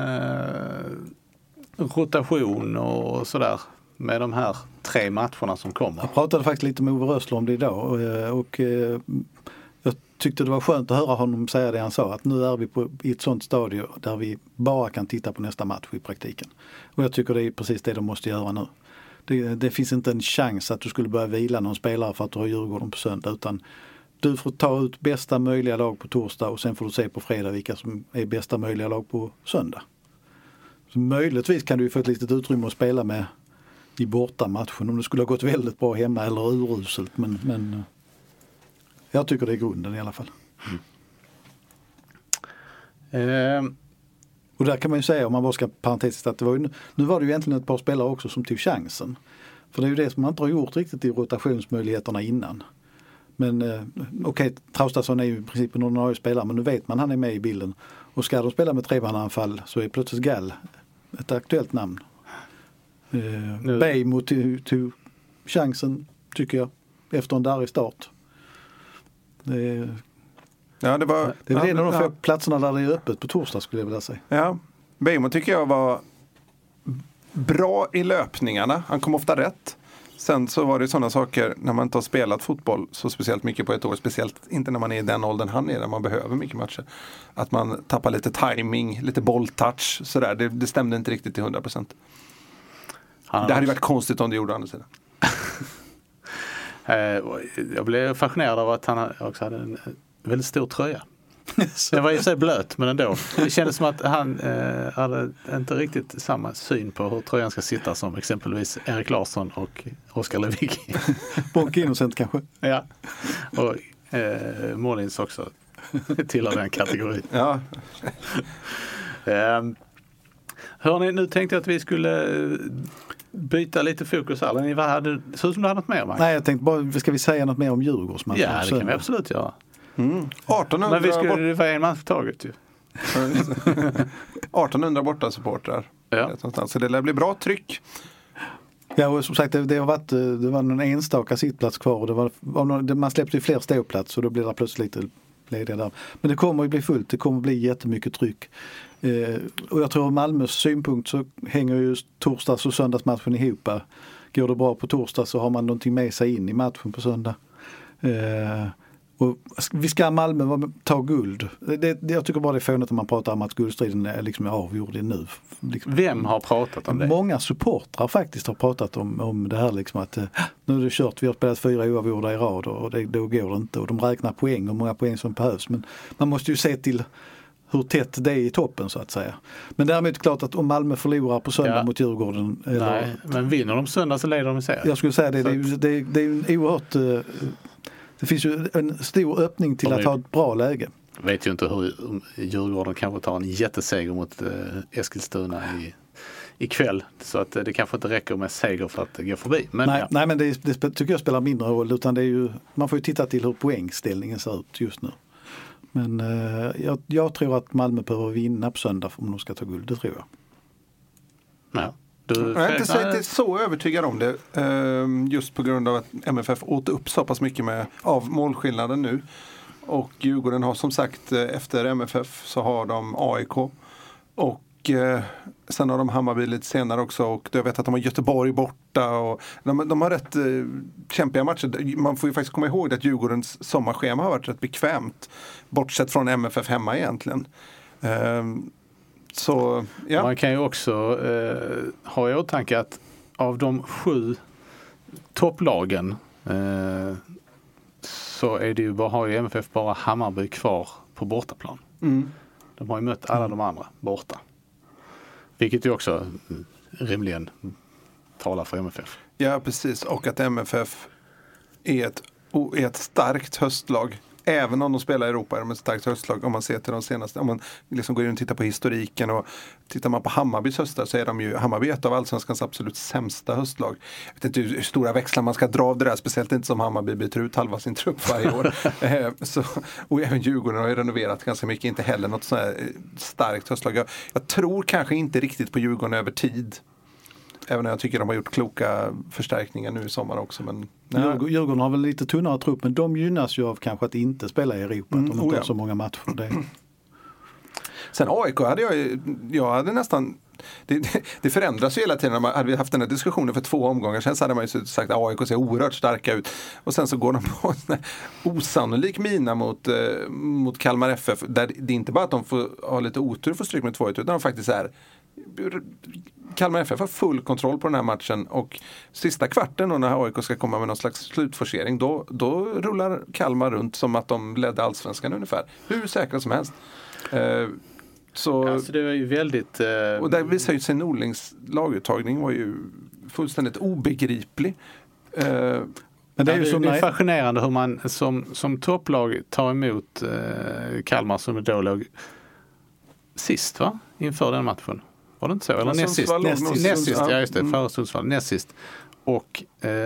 rotation och sådär med de här 3 matcherna som kommer? Jag pratade faktiskt lite med Ove Rössler om det idag och jag tyckte det var skönt att höra honom säga det han sa, att nu är vi i ett sånt stadie där vi bara kan titta på nästa match i praktiken. Och jag tycker det är precis det de måste göra nu. Det finns inte en chans att du skulle börja vila någon spelare för att du har Djurgården på söndag, utan du får ta ut bästa möjliga lag på torsdag och sen får du se på fredag vilka som är bästa möjliga lag på söndag. Så möjligtvis kan du ju få ett litet utrymme att spela med i bortamatchen om det skulle ha gått väldigt bra hemma eller uruselt, men jag tycker det är grunden i alla fall. Och där kan man ju säga, om man bara ska parentetiskt, att nu var det ju egentligen ett par spelare också som tog chansen. För det är ju det som man inte har gjort riktigt i rotationsmöjligheterna innan. Men okej, Traustason är ju i princip en ordinarie spelare, men nu vet man han är med i bilden. Och ska de spela med 3-mananfall så är plötsligt Gall ett aktuellt namn. Bejmo tog chansen, tycker jag, efter en darrig start. Det är en av de få platserna där det är öppet på torsdag, skulle jag vilja säga. Ja, Bejmo tycker jag var bra i löpningarna. Han kom ofta rätt. Sen så var det sådana saker när man inte har spelat fotboll så speciellt mycket på ett år, speciellt inte när man är i den åldern han är, där man behöver mycket matcher. Att man tappar lite timing, lite bolltouch, sådär. Det stämde inte riktigt till 100%. Det hade ju varit konstigt om det gjorde andra sidan. Jag blev fascinerad av att han också hade en väldigt stor tröja. Det var i sig blöt, men ändå. Det kändes som att han hade inte riktigt samma syn på hur tröjan ska sitta som exempelvis Erik Larsson och Oskar Lewicki. Bonk Innocent kanske. Ja, och Målins också tillhör den kategorin. Ja. Hörrni, nu tänkte jag att vi skulle byta lite fokus här. Ni så som du hade något mer, Mark? Nej, jag tänkte bara, ska vi säga något mer om Djurgårdsmatchen? Ja, det kan vi absolut göra. 1800 men vi skulle vara en match taget ju. 1800 borta supportrar. Ja. Så det lär bli bra tryck. Ja, och som sagt, det var någon enstaka sittplats kvar och man släppte ju fler ståplats och då blir det plötsligt lite lediga där. Men det kommer att bli fullt, det kommer att bli jättemycket tryck. Och jag tror Malmös synpunkt så hänger ju torsdags- och söndagsmatchen ihop. Går det bra på torsdag så har man någonting med sig in i matchen på söndag. Och vi ska Malmö ta guld. Jag tycker bara det är fånigt när man pratar om att guldstriden är liksom avgjord nu. Liksom. Vem har pratat om det? Många supportrar faktiskt har pratat om det här liksom, att nu är det kört, vi har spelat 4 oavgjorda i rad och då går det inte. Och de räknar poäng och många poäng som behövs. Men man måste ju se till hur tätt det är i toppen så att säga. Men däremot är det klart att om Malmö förlorar på söndag mot Djurgården. Nej, men vinner de söndag så leder de i serien. Jag skulle säga det är en oerhört... Det finns ju en stor öppning till att ha ett bra läge. Jag vet ju inte hur Djurgården kanske tar en jätteseger mot Eskilstuna ikväll. Så att det kanske inte räcker med seger för att gå förbi. Men nej, men det tycker jag spelar mindre roll. Utan det är ju, man får ju titta till hur poängställningen ser ut just nu. Men jag tror att Malmö behöver vinna på söndag om de ska ta guld. Det tror jag. Ja. Jag är inte så övertygad om det. Just på grund av att MFF åt upp så pass mycket av målskillnaden nu. Och Djurgården har som sagt efter MFF så har de AIK. Och Och sen har de Hammarby lite senare också. Och jag vet att de har Göteborg borta. Och de har rätt kämpiga matcher. Man får ju faktiskt komma ihåg att Djurgårdens sommarschema har varit rätt bekvämt. Bortsett från MFF hemma egentligen. Så, ja. Man kan ju också ha i åtanke att av de 7 topplagen så är det ju har ju MFF bara Hammarby kvar på bortaplan. De har ju mött alla de andra borta. Vilket ju också rimligen talar för MFF. Ja, precis. Och att MFF är ett starkt höstlag. Även om de spelar i Europa är de ett starkt höstlag. Om man ser till de senaste. Om man liksom går in och tittar på historiken. Och tittar man på Hammarbys höstar så är de ju Hammarby ett av allsvenskans absolut sämsta höstlag. Jag vet inte hur stora växlar man ska dra av det där. Speciellt inte som Hammarby byter ut halva sin trupp varje år. Och även Djurgården har ju renoverat ganska mycket. Inte heller något så här starkt höstlag. Jag tror kanske inte riktigt på Djurgården över tid. Även om jag tycker de har gjort kloka förstärkningar nu i sommar också. Men Djurgården har väl lite tunnare trupp, men de gynnas ju av kanske att inte spela i Europa. Att de inte har så många matcher. Sen AIK hade jag hade nästan... Det förändras ju hela tiden. Hade vi haft den här diskussionen för 2 omgångar sen så hade man ju sagt att AIK ser oerhört starka ut. Och sen så går de på en osannolik mina mot Kalmar FF. Där det är inte bara att de får ha lite otur för stryk med 2-1 utan de faktiskt är... Kalmar FF har full kontroll på den här matchen och sista kvarten då när AIK ska komma med någon slags slutforcering då rullar Kalmar runt som att de ledde allsvenskan ungefär. Hur säkra som helst. Så alltså det var ju väldigt... Och där visar ju sig Norlings laguttagning var ju fullständigt obegriplig. Men det är ju det är fascinerande hur man som topplag tar emot Kalmar som då låg sist va? Inför den matchen. Var det inte så? Eller näst sist. Ja, just det. Före Sundsvall. Näst sist. Och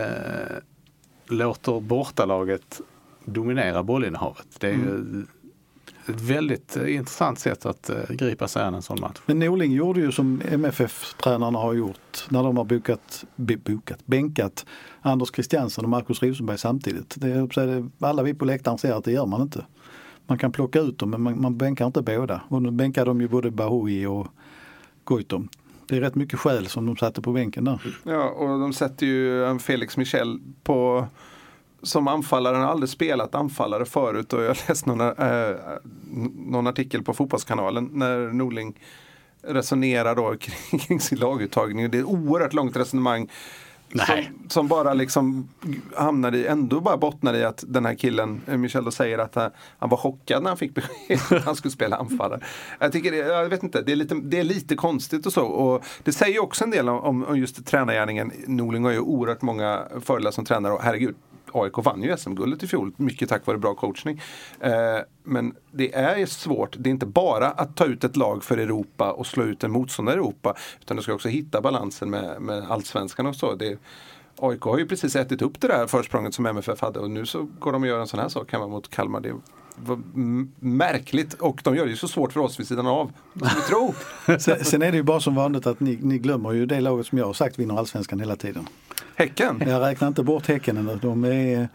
låter bortalaget dominera bollinnehavet. Det är ju ett väldigt intressant sätt att gripa sig an en sån match. Men Norling gjorde ju som MFF-tränarna har gjort när de har bänkat Anders Christiansen och Marcus Rosenberg samtidigt. Alla vi på läktaren ser att det gör man inte. Man kan plocka ut dem, men man bänkar inte båda. Och nu bänkar de ju både Bahoui och Goitom. Det är rätt mycket skäl som de satte på bänken där. Ja, och de sätter ju Felix Michel som anfallare. Han har aldrig spelat anfallare förut och jag läste någon artikel på Fotbollskanalen när Norling resonerar då kring sin laguttagning. Det är ett oerhört långt resonemang som bara liksom bara bottnar i att den här killen Michel då säger att han var chockad när han fick besked att han skulle spela anfallare. Jag vet inte, det är lite konstigt och så, och det säger också en del om just tränargärningen. Norling har ju oerhört många fördelar som tränare och herregud, AIK vann ju SM-guldet i fjol, mycket tack vare bra coachning. Men det är svårt, det är inte bara att ta ut ett lag för Europa och slå ut en motståndare i Europa, utan du ska också hitta balansen med allsvenskan och så. AIK har ju precis ätit upp det där försprånget som MFF hade och nu så går de och gör en sån här sak hemma mot Kalmar. Det var märkligt och de gör det ju så svårt för oss vid sidan av. Sen är det ju bara som vanligt att ni glömmer ju det laget som jag har sagt vinner allsvenskan hela tiden. Häcken? Jag räknar inte bort Häcken ännu. De är...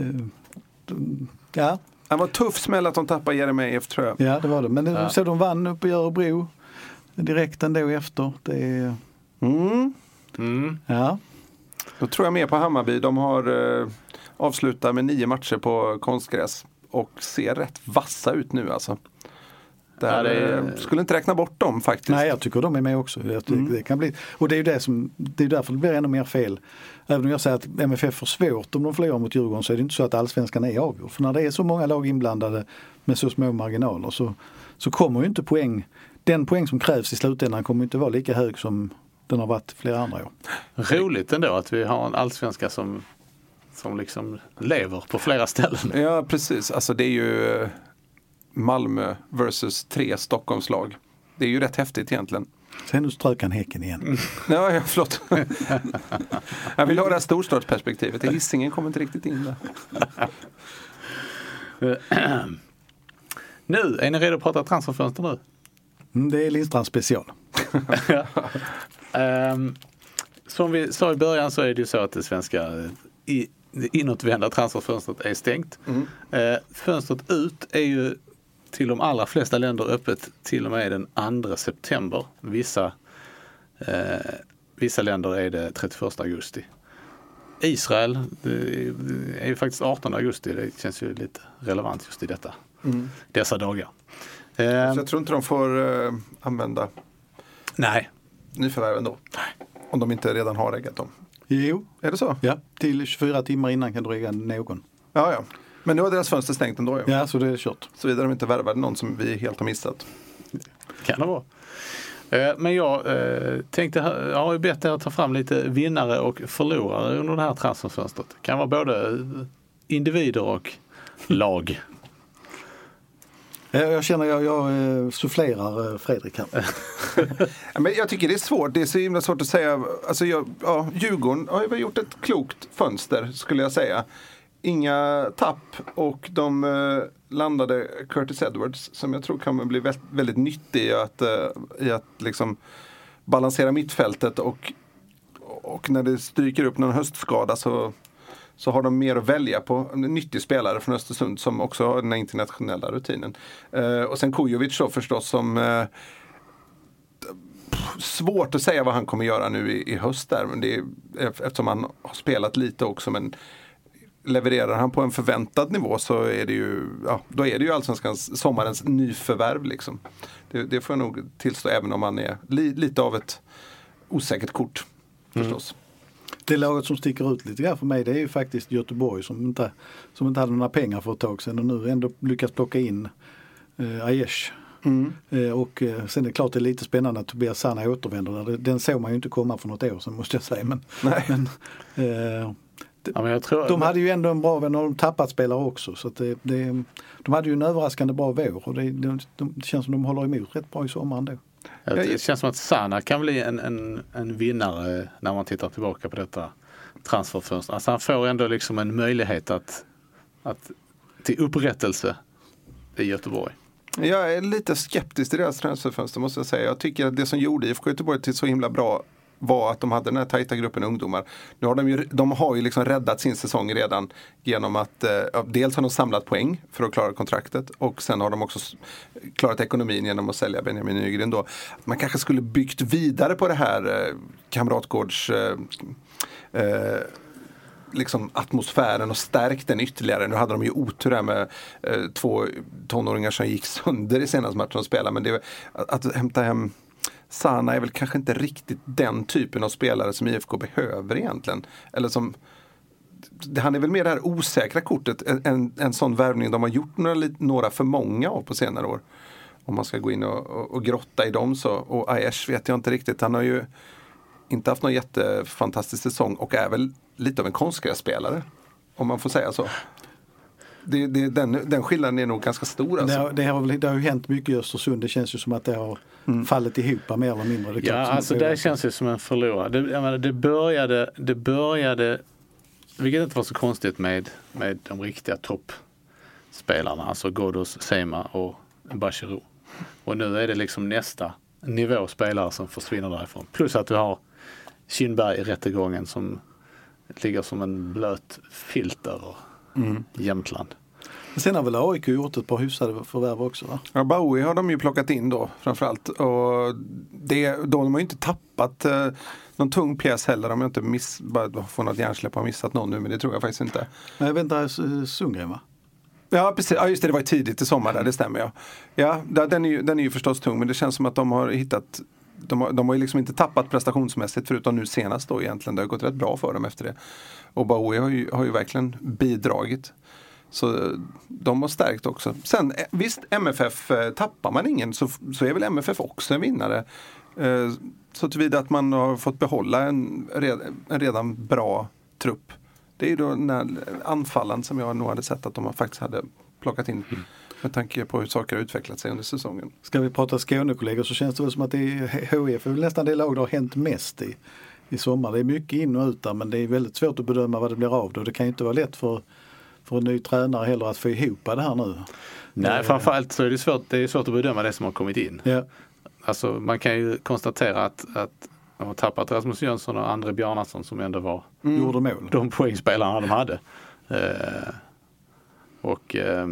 ja. Det var tuff smäll att de tappade Jeremejeff, tror jag. Ja, det var det. Men så de vann uppe i Örebro direkt ändå efter. Det är... Ja. Då tror jag mer på Hammarby. De har avslutat med 9 matcher på konstgräs och ser rätt vassa ut nu alltså. Skulle inte räkna bort dem faktiskt. Nej, jag tycker de är med också. Det kan bli, och det är ju det är därför det blir ännu mer fel. Även om jag säger att MFF får svårt om de förlorar mot Djurgården så är det inte så att allsvenskan är avgjord. För när det är så många lag inblandade med så små marginaler så kommer ju inte den poäng som krävs i slutändan kommer inte vara lika hög som den har varit flera andra år. Roligt ändå att vi har en allsvenska som liksom lever på flera ställen. Ja, precis. Alltså det är ju Malmö versus 3 Stockholmslag. Det är ju rätt häftigt egentligen. Sen nu strök han Häcken igen. Ja, förlåt. Jag vill ha det här storstadsperspektivet. Hisingen kommer inte riktigt in där. Nu, är ni redo att prata transferfönster nu? Det är Lindstrand special. Som vi sa i början så är det ju så att det svenska inåtvända transferfönstret är stängt. Fönstret ut är ju till de allra flesta länder öppet till och med den 2 september. Vissa länder är det 31 augusti. Israel det är ju faktiskt 18 augusti. Det känns ju lite relevant just i dessa dagar. Så jag tror inte de får använda nyförvärven då. Om de inte redan har reggat dem. Jo. Är det så? Ja, till 24 timmar innan kan du regga någon. Ja. Men nu har deras fönster stängt ändå. Ja, så det är kört. Såvida de inte värvade någon som vi helt har missat. Kan det vara. Men jag jag har ju bett er att ta fram lite vinnare och förlorare under det här transferfönstret. Det kan vara både individer och lag. Jag känner jag sufflerar Fredrik här. Men jag tycker det är svårt. Det är så himla svårt att säga. Alltså Djurgården har ju gjort ett klokt fönster skulle jag säga. Inga tapp och de landade Curtis Edwards som jag tror kan bli väldigt nyttig i att liksom balansera mittfältet och när det stryker upp någon höstskada så har de mer att välja på. En nyttig spelare från Östersund som också har den internationella rutinen. Och sen Kujovic då förstås som svårt att säga vad han kommer göra nu i höst där. Men det är, eftersom han har spelat lite också men levererar han på en förväntad nivå så är det ju då är det ju allsvenskans sommarens nyförvärv liksom. Det får jag nog tillstå även om han är lite av ett osäkert kort förstås. Det laget som sticker ut lite grann för mig det är ju faktiskt Göteborg som inte hade några pengar för ett tag sedan och nu ändå lyckas plocka in Aiesh. Och sen är det klart det är lite spännande att Tobias Sana återvänder. Den såg man ju inte komma för något år sedan måste jag säga. Men jag tror de hade ju ändå en bra vän och de tappat spelare också. Så att de hade ju en överraskande bra vår och det känns som de håller emot rätt bra i sommaren då. Det känns som att Sana kan bli en vinnare när man tittar tillbaka på detta transferfönster. Alltså han får ändå liksom en möjlighet att till upprättelse i Göteborg. Jag är lite skeptisk till deras transferfönster måste jag säga. Jag tycker att det som gjorde IFK Göteborg till så himla bra var att de hade den här tajta gruppen ungdomar. Nu har de har ju liksom räddat sin säsong redan genom att dels har de samlat poäng för att klara kontraktet och sen har de också klarat ekonomin genom att sälja Benjamin Nygren då. Man kanske skulle byggt vidare på det här kamratgårds liksom atmosfären och stärkt den ytterligare. Nu hade de ju otur här med 2 tonåringar som gick sönder i senaste matchen att spela men det att hämta hem Sana är väl kanske inte riktigt den typen av spelare som IFK behöver egentligen. Eller som han är väl mer det här osäkra kortet en sån värvning de har gjort några för många av på senare år. Om man ska gå in och grotta i dem så. Och Aiesh vet jag inte riktigt. Han har ju inte haft någon jättefantastisk säsong och är väl lite av en konstgrässpelare. Om man får säga så. Den skillnaden är nog ganska stor. Alltså. Det har ju hänt mycket i Östersund. Det känns ju som att det har fallit ihop mer eller mindre. Det känns ju som en förlorare. Det började vilket inte var så konstigt med de riktiga toppspelarna. Alltså Ghoddos, Sema och Bachirou. Och nu är det liksom nästa nivå spelare som försvinner därifrån. Plus att du har Kindberg i rättegången som ligger som en blöt filter i Jämtland. Sen har väl AIK gjort ett par hyfsade förvärv också va? Ja, Bowie har de ju plockat in då framförallt. Och de har ju inte tappat någon tung pjäs heller. De har inte bara får något hjärnsläpp och missat någon nu, men det tror jag faktiskt inte. Men jag väntar Sundgren va? Ja, precis. Ja, just det var ju tidigt i sommar där, det stämmer ja. Ja, den är ju förstås tung, men det känns som att de har hittat de har ju liksom inte tappat prestationsmässigt förutom nu senast då egentligen. Det har gått rätt bra för dem efter det. Och Bowie har ju verkligen bidragit. Så de har stärkt också. Sen visst, MFF tappar man ingen så är väl MFF också en vinnare. Så tillvida att man har fått behålla en redan bra trupp. Det är ju då den här anfallen som jag nog hade sett att de faktiskt hade plockat in med tanke på hur saker har utvecklat sig under säsongen. Ska vi prata Skånekollegor så känns det väl som att det är HIF är väl nästan det lag det har hänt mest i sommar. Det är mycket in och ut där, men det är väldigt svårt att bedöma vad det blir av det. Det kan ju inte vara lätt för en ny tränare heller att få ihop det här nu. Nej, framförallt så är det svårt att bedöma det som har kommit in. Ja. Alltså man kan ju konstatera att de har tappat Rasmus Jönsson och André Bjarnason som ändå var gjorde mål. De poängspelarna de hade. Och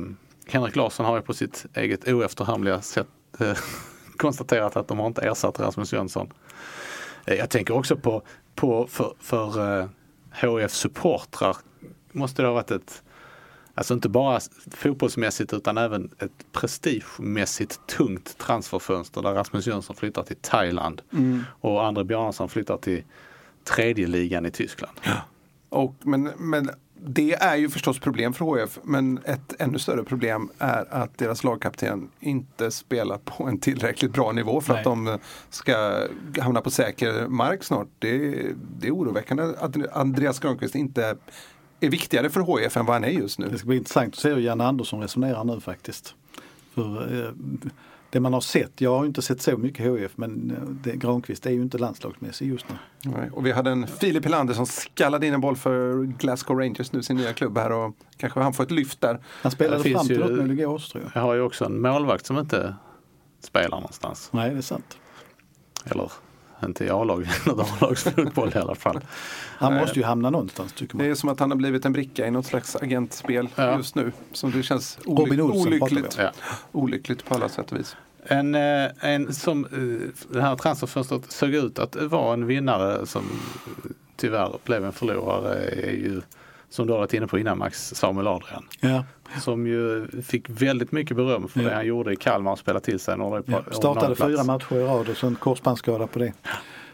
Henrik Larsson har ju på sitt eget oefterhärmliga sätt konstaterat att de har inte ersatt Rasmus Jönsson. Jag tänker också på för HIF-supportrar måste det ha varit alltså inte bara fotbollsmässigt utan även ett prestigemässigt tungt transferfönster där Rasmus Jönsson flyttar till Thailand och André Bjarnason flyttar till tredje ligan i Tyskland. Ja. Men det är ju förstås problem för HF, men ett ännu större problem är att deras lagkapten inte spelar på en tillräckligt bra nivå för att de ska hamna på säker mark snart. Det är oroväckande att Andreas Granqvist inte är viktigare för HF än vad han är just nu. Det ska bli intressant att se hur Jan Andersson resonerar nu faktiskt. För det man har sett, jag har inte sett så mycket HF, men Granqvist är ju inte landslagsmässig just nu. Nej, och vi hade en Filip Helander som skallade in en boll för Glasgow Rangers nu, sin nya klubb här, och kanske han får ett lyft där. Han spelade fram till något med igår, tror jag. Jag har ju också en målvakt som inte spelar någonstans. Nej, det är sant. Eller inte i A-lag, A-lagsfotboll i alla fall. Han måste ju hamna någonstans, tycker man. Det är som att han har blivit en bricka i något slags agentspel just nu. Som det känns olyckligt. Ja. Olyckligt på alla sätt och vis. En som det här transferfönstret såg ut att vara en vinnare som tyvärr blev en förlorare är ju, som du har varit inne på innan, Max, Samuel Adrian. Ja. Som ju fick väldigt mycket beröm för det han gjorde i Kalmar och spelade till sig. Startade 4 matcher i rad och så en korsbandsskada på det.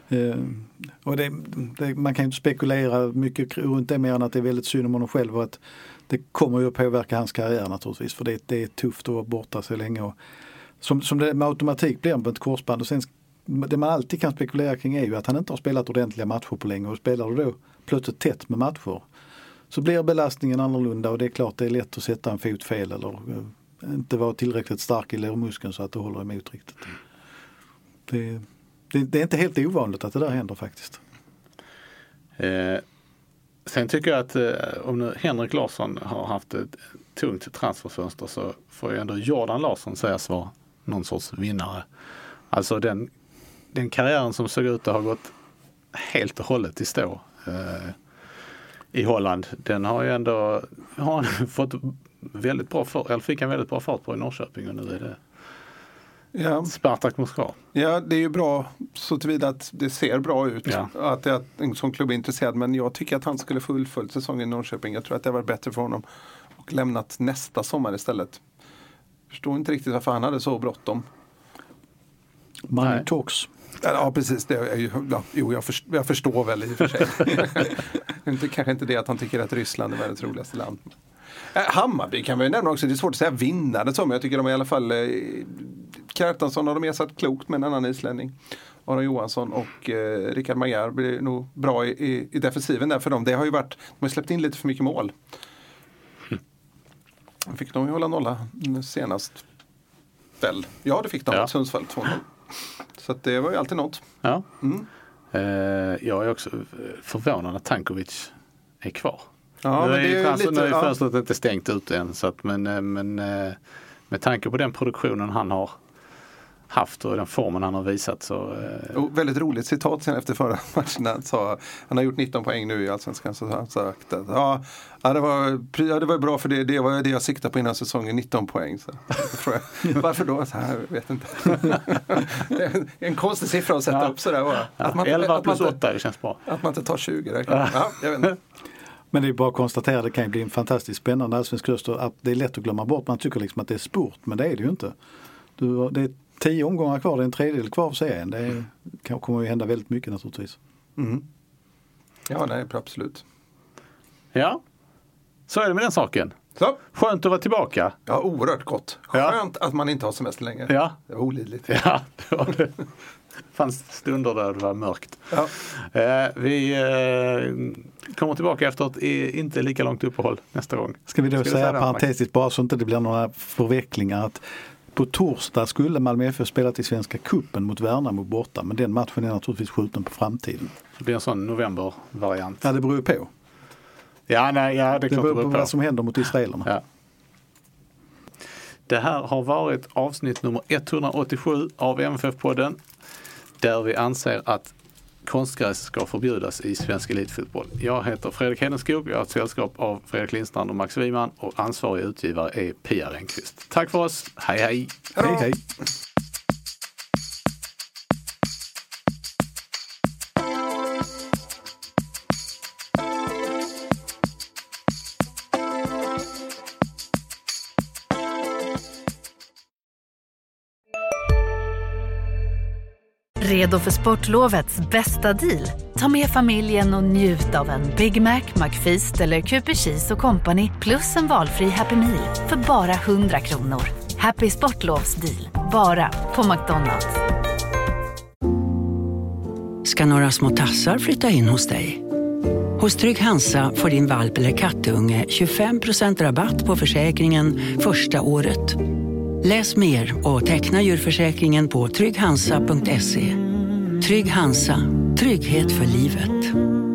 Och man kan ju inte spekulera mycket runt det mer än att det är väldigt synd om honom själv och att det kommer ju att påverka hans karriär naturligtvis, för det är tufft att vara borta så länge. Och som det med automatik blir på ett korsband, och sen det man alltid kan spekulera kring är ju att han inte har spelat ordentliga matcher på länge, och spelar du då plötsligt tätt med matcher så blir belastningen annorlunda, och det är klart det är lätt att sätta en fot fel eller inte vara tillräckligt stark i lårmuskeln så att det håller emot riktigt. Det är inte helt ovanligt att det där händer faktiskt. Sen tycker jag att om nu Henrik Larsson har haft ett tungt transferfönster så får ju ändå Jordan Larsson sägas vara någon sorts vinnare. Alltså den karriären som såg ut att ha gått helt och hållet i stå i Holland, den har ju ändå fått väldigt bra fick en väldigt bra fart på i Norrköping, och nu är det Spartak Moskva. Ja, det är ju bra så tillvida att det ser bra ut att det är en sån klubb är intresserad, men jag tycker att han skulle fullfölja säsongen i Norrköping. Jag tror att det var bättre för honom och lämnat nästa sommar istället. Förstår inte riktigt varför han hade så bråttom. Money talks. Ja, precis. Det är ju, jag förstår väl i och för sig. Kanske inte det att han tycker att Ryssland är världens roligaste land. Hammarby kan vi nämna också. Det är svårt att säga vinnare som. Jag tycker de i alla fall Kjartansson har de ersatt klokt med en annan islänning. Aron Johansson och Rickard Magyar blir nog bra i defensiven där för dem. Det har ju varit, de har släppt in lite för mycket mål. Fick de ju hålla nolla senast väl? Ja, det fick de. Sundsvall 2-0. Så att det var ju alltid något. Ja. Jag är också förvånad att Tankovic är kvar. Ja, nu men det är lite, nu är fönstret inte stängt ut än, så att, men med tanke på den produktionen han har haft och den formen han har visat så... Väldigt roligt citat sen efter förra matchen. Han har gjort 19 poäng nu i Allsvenskan, så han sagt att det var bra, för det var det jag siktade på innan säsongen, 19 poäng. Så varför då? Så här, jag vet inte. Det är en konstig siffra att sätta upp sådär bara. Att man, 11 plus 8, det känns bra. Att man inte tar 20. Jag vet inte. Men det är bara att konstatera att det kan bli en fantastiskt spännande allsvensk höst, och att det är lätt att glömma bort. Man tycker liksom att det är sport, men det är det ju inte. Det är 10 omgångar kvar, det är en tredjedel kvar av serien. Det kommer ju hända väldigt mycket naturligtvis. Ja, nej, absolut. Ja, så är det med den saken. Så. Skönt att vara tillbaka. Ja, oerhört gott. Skönt att man inte har semester längre. Ja. Det var olidligt. Ja, det var det. Fanns stunder där det var mörkt. Ja. Vi kommer tillbaka efter ett inte lika långt uppehåll nästa gång. Ska vi då säga parentetiskt, bara så inte det blir några förvecklingar, att på torsdag skulle Malmö FF spela till Svenska cupen mot Värnamo borta, men den matchen är naturligtvis skjuten på framtiden. Det blir en sån november-variant. Ja, det beror ju på. Ja, det är klart det beror på vad som händer mot israelerna. Ja. Det här har varit avsnitt nummer 187 av MFF-podden, där vi anser att konstgräs ska förbjudas i svensk elitfotboll. Jag heter Fredrik Hedenskog, jag har ett sällskap av Fredrik Lindstrand och Max Wiman och ansvarig utgivare är Pia Renqvist. Tack för oss, hej hej! Hej hej! Redo för sportlovets bästa deal? Ta med familjen och njut av en Big Mac, McFeast eller Cooper Cheese och Company plus en valfri Happy Meal för bara 100 kronor. Happy Sportlovs deal, bara på McDonalds. Ska några små tassar flytta in hos dig? Hos Trygg Hansa får din valp eller kattunge 25% rabatt på försäkringen första året. Läs mer och teckna djurförsäkringen på trygghansa.se. Trygg Hansa, trygghet för livet.